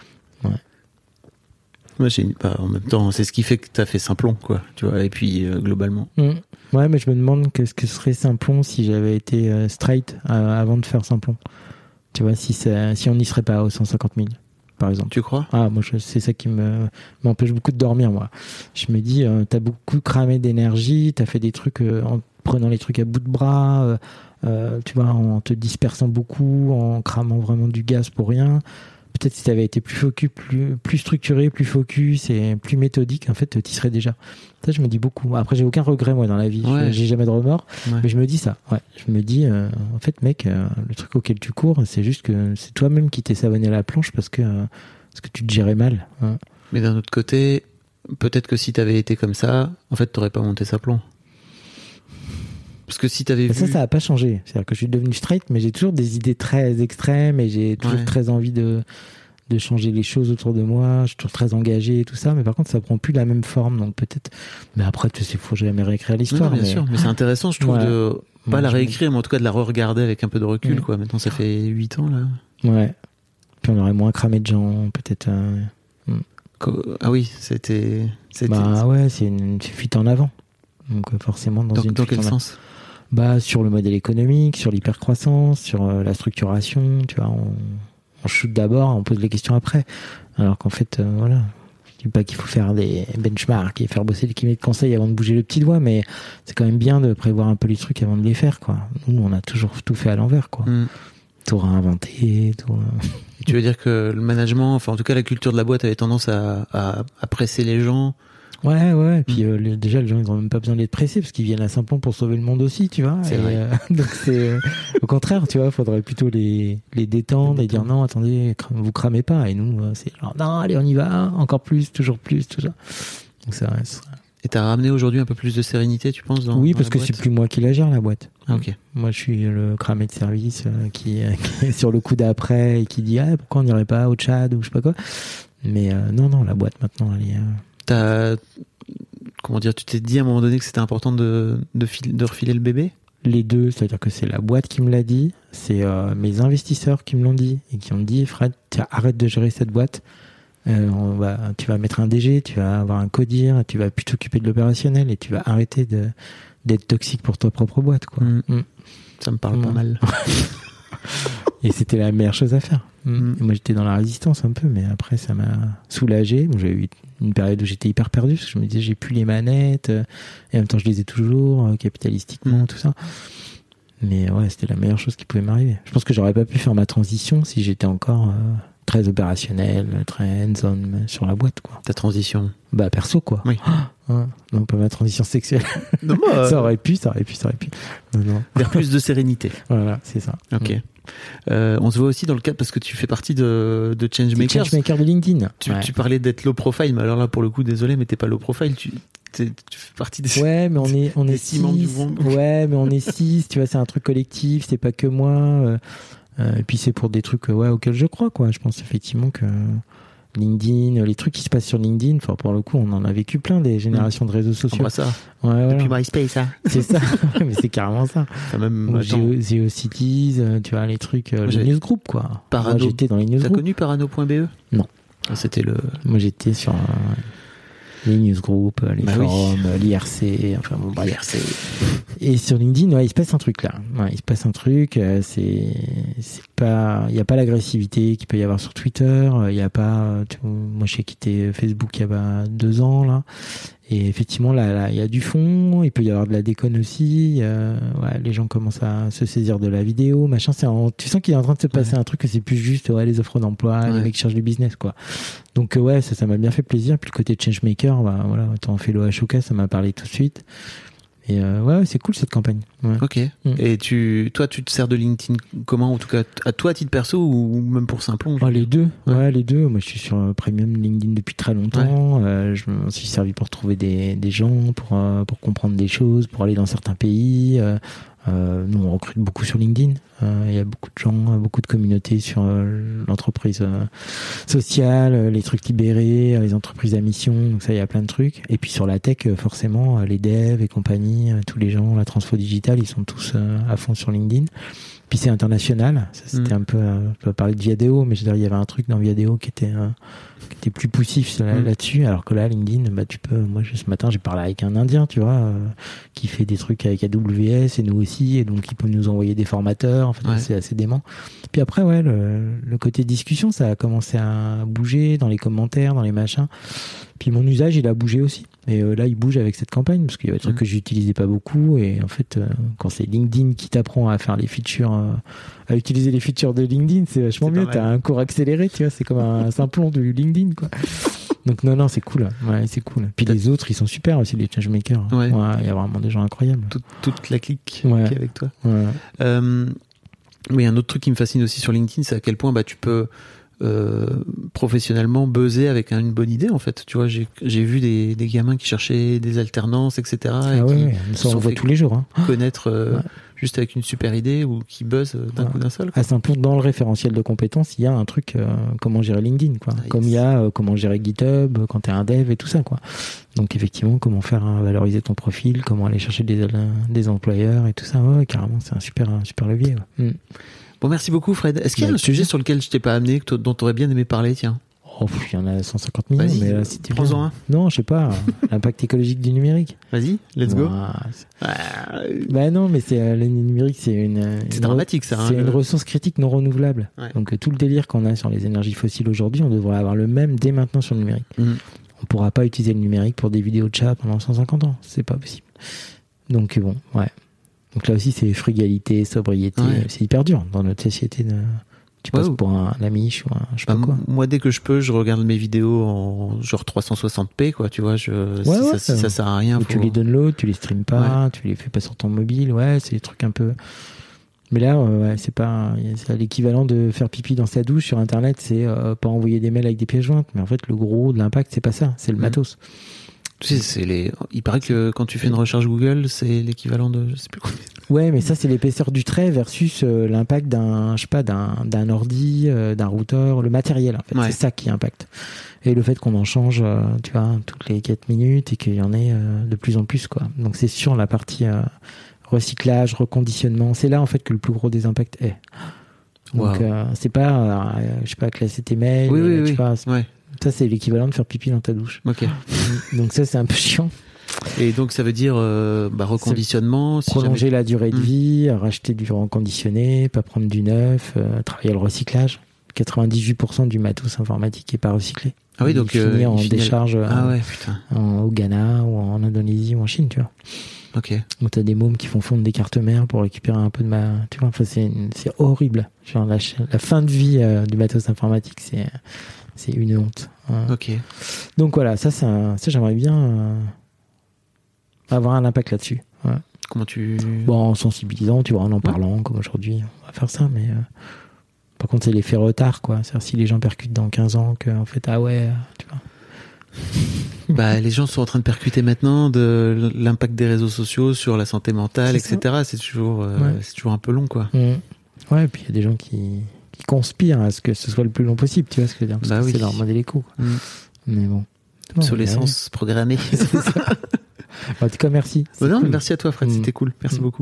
Moi, en même temps, c'est ce qui fait que t'as fait Simplon, quoi, tu vois, et puis globalement. Ouais, mais je me demande ce que serait Simplon si j'avais été straight avant de faire Simplon. Tu vois, si on n'y serait pas aux 150 000, par exemple. Tu crois? Ah, moi, c'est ça qui m'empêche beaucoup de dormir, moi. Je me dis, t'as beaucoup cramé d'énergie, t'as fait des trucs en prenant les trucs à bout de bras, tu vois, en te dispersant beaucoup, en cramant vraiment du gaz pour rien. Peut-être si t'avais été plus focus, plus structuré, plus focus et plus méthodique, en fait, t'y serais déjà. Ça, je me dis beaucoup. Après, j'ai aucun regret, moi, dans la vie. J'ai jamais de remords. Mais je me dis ça. Ouais. Je me dis, en fait, mec, le truc auquel tu cours, c'est juste que c'est toi-même qui t'es savonné à la planche parce que tu te gérais mal. Hein. Mais d'un autre côté, peut-être que si t'avais été comme ça, en fait, t'aurais pas monté Simplon. Parce que si t'avais vu... Ça a pas changé. C'est-à-dire que je suis devenu straight, mais j'ai toujours des idées très extrêmes et j'ai toujours très envie de changer les choses autour de moi. Je suis toujours très engagé et tout ça, mais par contre, ça prend plus la même forme, donc peut-être... Mais après, tu sais, faut jamais réécrire l'histoire. Non, bien sûr, mais c'est intéressant, je trouve, de pas la réécrire, mais en tout cas de la re-regarder avec un peu de recul, quoi. Maintenant, ça fait 8 ans, là. Ouais. Puis on aurait moins cramé de gens, peut-être... Ah oui, c'était... Bah ouais, c'est une fuite en avant. Donc forcément, dans quel sens? Bah, sur le modèle économique, sur l'hypercroissance, sur la structuration, tu vois, on shoot d'abord, on pose les questions après. Alors qu'en fait, voilà, je dis pas qu'il faut faire des benchmarks et faire bosser les cabinets de conseil avant de bouger le petit doigt, mais c'est quand même bien de prévoir un peu les trucs avant de les faire, quoi. Nous, on a toujours tout fait à l'envers, quoi. Tout réinventé, tout... Tu veux dire que le management, enfin en tout cas la culture de la boîte avait tendance à presser les gens? Ouais. Puis déjà, les gens, ils n'ont même pas besoin d'être pressés parce qu'ils viennent à Saint-Pon pour sauver le monde aussi, tu vois. C'est vrai. Donc c'est au contraire, tu vois, il faudrait plutôt les détendre et dire non, attendez, vous cramez pas. Et nous, c'est genre non, allez, on y va, encore plus, toujours plus, tout ça. Donc ça reste. Et t'as ramené aujourd'hui un peu plus de sérénité, tu penses, Oui, parce que c'est plus moi qui la gère, la boîte. Ah, ok. Moi, je suis le cramé de service qui est sur le coup d'après et qui dit pourquoi on n'irait pas au Tchad ou je sais pas quoi. Mais non, la boîte maintenant, elle est... Comment dire, tu t'es dit à un moment donné que c'était important de refiler le bébé? Les deux, c'est-à-dire que c'est la boîte qui me l'a dit, c'est mes investisseurs qui me l'ont dit et qui ont dit Fred, arrête de gérer cette boîte. Tu vas mettre un DG, tu vas avoir un codir, tu vas plus t'occuper de l'opérationnel et tu vas arrêter d'être toxique pour ta propre boîte, quoi. Ça me parle pas mal. Et c'était la meilleure chose à faire. Moi, j'étais dans la résistance un peu, mais après, ça m'a soulagé. Bon, j'avais eu une période où j'étais hyper perdu parce que je me disais, j'ai plus les manettes, et en même temps, je les ai toujours, capitalistiquement, tout ça. Mais ouais, c'était la meilleure chose qui pouvait m'arriver. Je pense que j'aurais pas pu faire ma transition si j'étais encore très opérationnel, très hands-on sur la boîte, quoi. Ta transition? Bah, perso, quoi. Oui. Non, pas ma transition sexuelle. Non, ça aurait pu. Non. Vers plus de sérénité. Voilà, c'est ça. Ok. On se voit aussi dans le cadre parce que tu fais partie de Changemakers. Changemaker de LinkedIn. Tu parlais d'être low profile, mais alors là, pour le coup, désolé, mais t'es pas low profile. Tu fais partie des. Ouais, mais on est 6 membres du groupe. Ouais, mais on est 6. Tu vois, c'est un truc collectif. C'est pas que moi. Et puis c'est pour des trucs auxquels je crois, quoi. Je pense effectivement que LinkedIn, les trucs qui se passent sur LinkedIn, enfin pour le coup, on en a vécu plein des générations de réseaux sociaux. Ça. Ouais, depuis MySpace, ça. C'est ça, mais c'est carrément ça. Même GeoCities, tu vois les trucs, les newsgroup, quoi. Parano. Moi, j'étais dans les newsgroup. T'as connu Parano.be? Non. C'était le. Moi j'étais sur les newsgroups, les forums, l'IRC, enfin bon, bref. l'IRC. Et sur LinkedIn, il se passe un truc là. Il se passe un truc. C'est pas, il y a pas l'agressivité qu'il peut y avoir sur Twitter. Il y a pas. Moi, j'ai quitté Facebook il y a 2 ans là. Et effectivement, là, il y a du fond. Il peut y avoir de la déconne aussi. Les gens commencent à se saisir de la vidéo, machin. Tu sens qu'il est en train de se passer un truc que c'est plus juste. Les offres d'emploi, les mecs qui cherchent du business, quoi. Donc ça m'a bien fait plaisir. Puis le côté Changemaker, t'en fais l'OHOK, ça m'a parlé tout de suite. Et c'est cool cette campagne. Ouais. Ok. Et toi, tu te sers de LinkedIn comment? En tout cas, à toi, à titre perso ou même pour Saint-Plon? Les deux. Ouais, les deux. Moi, je suis sur Premium LinkedIn depuis très longtemps. Je m'en suis servi pour trouver des gens, pour comprendre des choses, pour aller dans certains pays. Nous, on recrute beaucoup sur LinkedIn. Il y a beaucoup de gens, beaucoup de communautés sur l'entreprise sociale, les trucs libérés, les entreprises à mission. Donc ça, il y a plein de trucs. Et puis sur la tech, forcément, les devs et compagnie, tous les gens, la transfo digitale, ils sont tous à fond sur LinkedIn. Puis c'est international. Ça, c'était un peu, je peux parler de Viadeo, mais je veux dire, il y avait un truc dans Viadeo qui était plus poussif là-dessus, alors que là, LinkedIn, tu peux. Moi, ce matin, j'ai parlé avec un Indien, tu vois, qui fait des trucs avec AWS et nous aussi, et donc il peut nous envoyer des formateurs. En fait, c'est assez dément. Puis après, le côté discussion, ça a commencé à bouger dans les commentaires, dans les machins. Puis mon usage, il a bougé aussi. Et là, il bouge avec cette campagne, parce qu'il y avait des trucs que j'utilisais pas beaucoup. Et en fait, quand c'est LinkedIn qui t'apprend à faire les features, à utiliser les features de LinkedIn, c'est vachement mieux. T'as un cours accéléré, tu vois, c'est comme un Simplon de LinkedIn, quoi. Donc non, c'est cool. Ouais, c'est cool. Puis les autres, ils sont super aussi, les changemakers. Ouais. Il y a vraiment des gens incroyables. Toute la clique qui est avec toi. Ouais. Oui, un autre truc qui me fascine aussi sur LinkedIn, c'est à quel point tu peux professionnellement buzzer avec une bonne idée en fait. Tu vois, j'ai vu des gamins qui cherchaient des alternances, etc. Ah ouais, ça on voit tous les jours. Connaître juste avec une super idée ou qui buzz d'un coup d'un seul. C'est un peu dans le référentiel de compétences, il y a un truc comment gérer LinkedIn, quoi. Comme il y a comment gérer GitHub quand t'es un dev et tout ça, quoi. Donc effectivement, comment faire valoriser ton profil, comment aller chercher des employeurs et tout ça. Ouais, carrément, c'est un super levier. Ouais. Bon, merci beaucoup, Fred. Est-ce qu'il y a un sujet sur lequel je t'ai pas amené, dont tu aurais bien aimé parler, tiens? Il y en a 150 millions, mais là, c'était prends-en un. Non, je sais pas. L'impact écologique du numérique. Vas-y, let's go. Bah non, mais le numérique, c'est c'est dramatique, ça. C'est une ressource critique non renouvelable. Ouais. Donc tout le délire qu'on a sur les énergies fossiles aujourd'hui, on devrait avoir le même dès maintenant sur le numérique. On pourra pas utiliser le numérique pour des vidéos de chat pendant 150 ans. C'est pas possible. Donc bon, ouais. Donc là aussi, c'est frugalité, sobriété. Ouais. C'est hyper dur dans notre société de... Tu passes pour un amiche ou un je sais pas quoi. Moi, dès que je peux, je regarde mes vidéos en genre 360p, quoi. Tu vois, si ça sert à rien. Tu les downloads, tu les streams pas, tu les fais pas sur ton mobile. Ouais, c'est des trucs un peu. Mais là, c'est pas. C'est l'équivalent de faire pipi dans sa douche sur Internet, c'est pas envoyer des mails avec des pièces jointes. Mais en fait, le gros de l'impact, c'est pas ça. C'est le matos. Tu sais, il paraît que quand tu fais une recherche Google, c'est l'équivalent de, je sais plus combien. Ouais, mais ça, c'est l'épaisseur du trait versus l'impact d'un ordi, d'un routeur, le matériel, en fait. Ouais. C'est ça qui impacte. Et le fait qu'on en change, tu vois, toutes les 4 minutes et qu'il y en ait de plus en plus, quoi. Donc, c'est sur la partie recyclage, reconditionnement. C'est là, en fait, que le plus gros des impacts est. Donc, c'est pas, je sais pas, classer tes mails. Oui. Tu vois, ouais. Ça, c'est l'équivalent de faire pipi dans ta douche. Ok. Donc ça, c'est un peu chiant. Et donc, ça veut dire reconditionnement. Prolonger la durée de vie, racheter du reconditionné, pas prendre du neuf, travailler le recyclage. 98% du matos informatique est pas recyclé. Ah oui, donc finit en décharge au Ghana ou en Indonésie ou en Chine, tu vois. Ok. Donc t'as des mômes qui font fondre des cartes mères pour récupérer un peu de tu vois, enfin c'est horrible. Genre la fin de vie du matos informatique, c'est une honte. Ok. Donc voilà, ça j'aimerais bien avoir un impact là-dessus. Ouais. Comment en sensibilisant, tu vois, en parlant, comme aujourd'hui, on va faire ça, mais par contre, c'est l'effet retard, quoi. C'est-à-dire si les gens percutent dans 15 ans, qu'en fait, tu vois. Les gens sont en train de percuter maintenant de l'impact des réseaux sociaux sur la santé mentale, etc. C'est toujours un peu long, quoi. Ouais, et puis il y a des gens qui conspirent à ce que ce soit le plus long possible, tu vois ce que je veux dire, parce que c'est leur modèle éco. Mais bon. Obsolescence programmée. C'est ça. En tout cas, merci. Cool. Merci à toi, Fred, c'était cool. Merci beaucoup.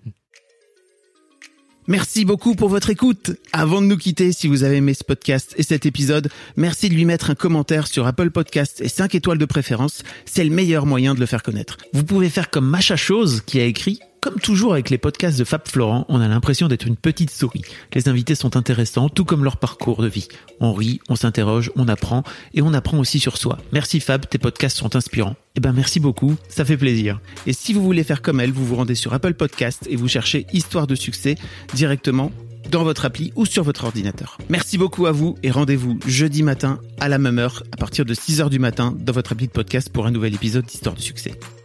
Merci beaucoup pour votre écoute. Avant de nous quitter, si vous avez aimé ce podcast et cet épisode, merci de lui mettre un commentaire sur Apple Podcasts et 5 étoiles de préférence. C'est le meilleur moyen de le faire connaître. Vous pouvez faire comme Macha Chose qui a écrit: comme toujours avec les podcasts de Fab Florent, on a l'impression d'être une petite souris. Les invités sont intéressants, tout comme leur parcours de vie. On rit, on s'interroge, on apprend, et on apprend aussi sur soi. Merci Fab, tes podcasts sont inspirants. Merci beaucoup, ça fait plaisir. Et si vous voulez faire comme elle, vous vous rendez sur Apple Podcasts et vous cherchez Histoire de succès directement dans votre appli ou sur votre ordinateur. Merci beaucoup à vous et rendez-vous jeudi matin à la même heure à partir de 6h du matin dans votre appli de podcast pour un nouvel épisode d'Histoire de succès.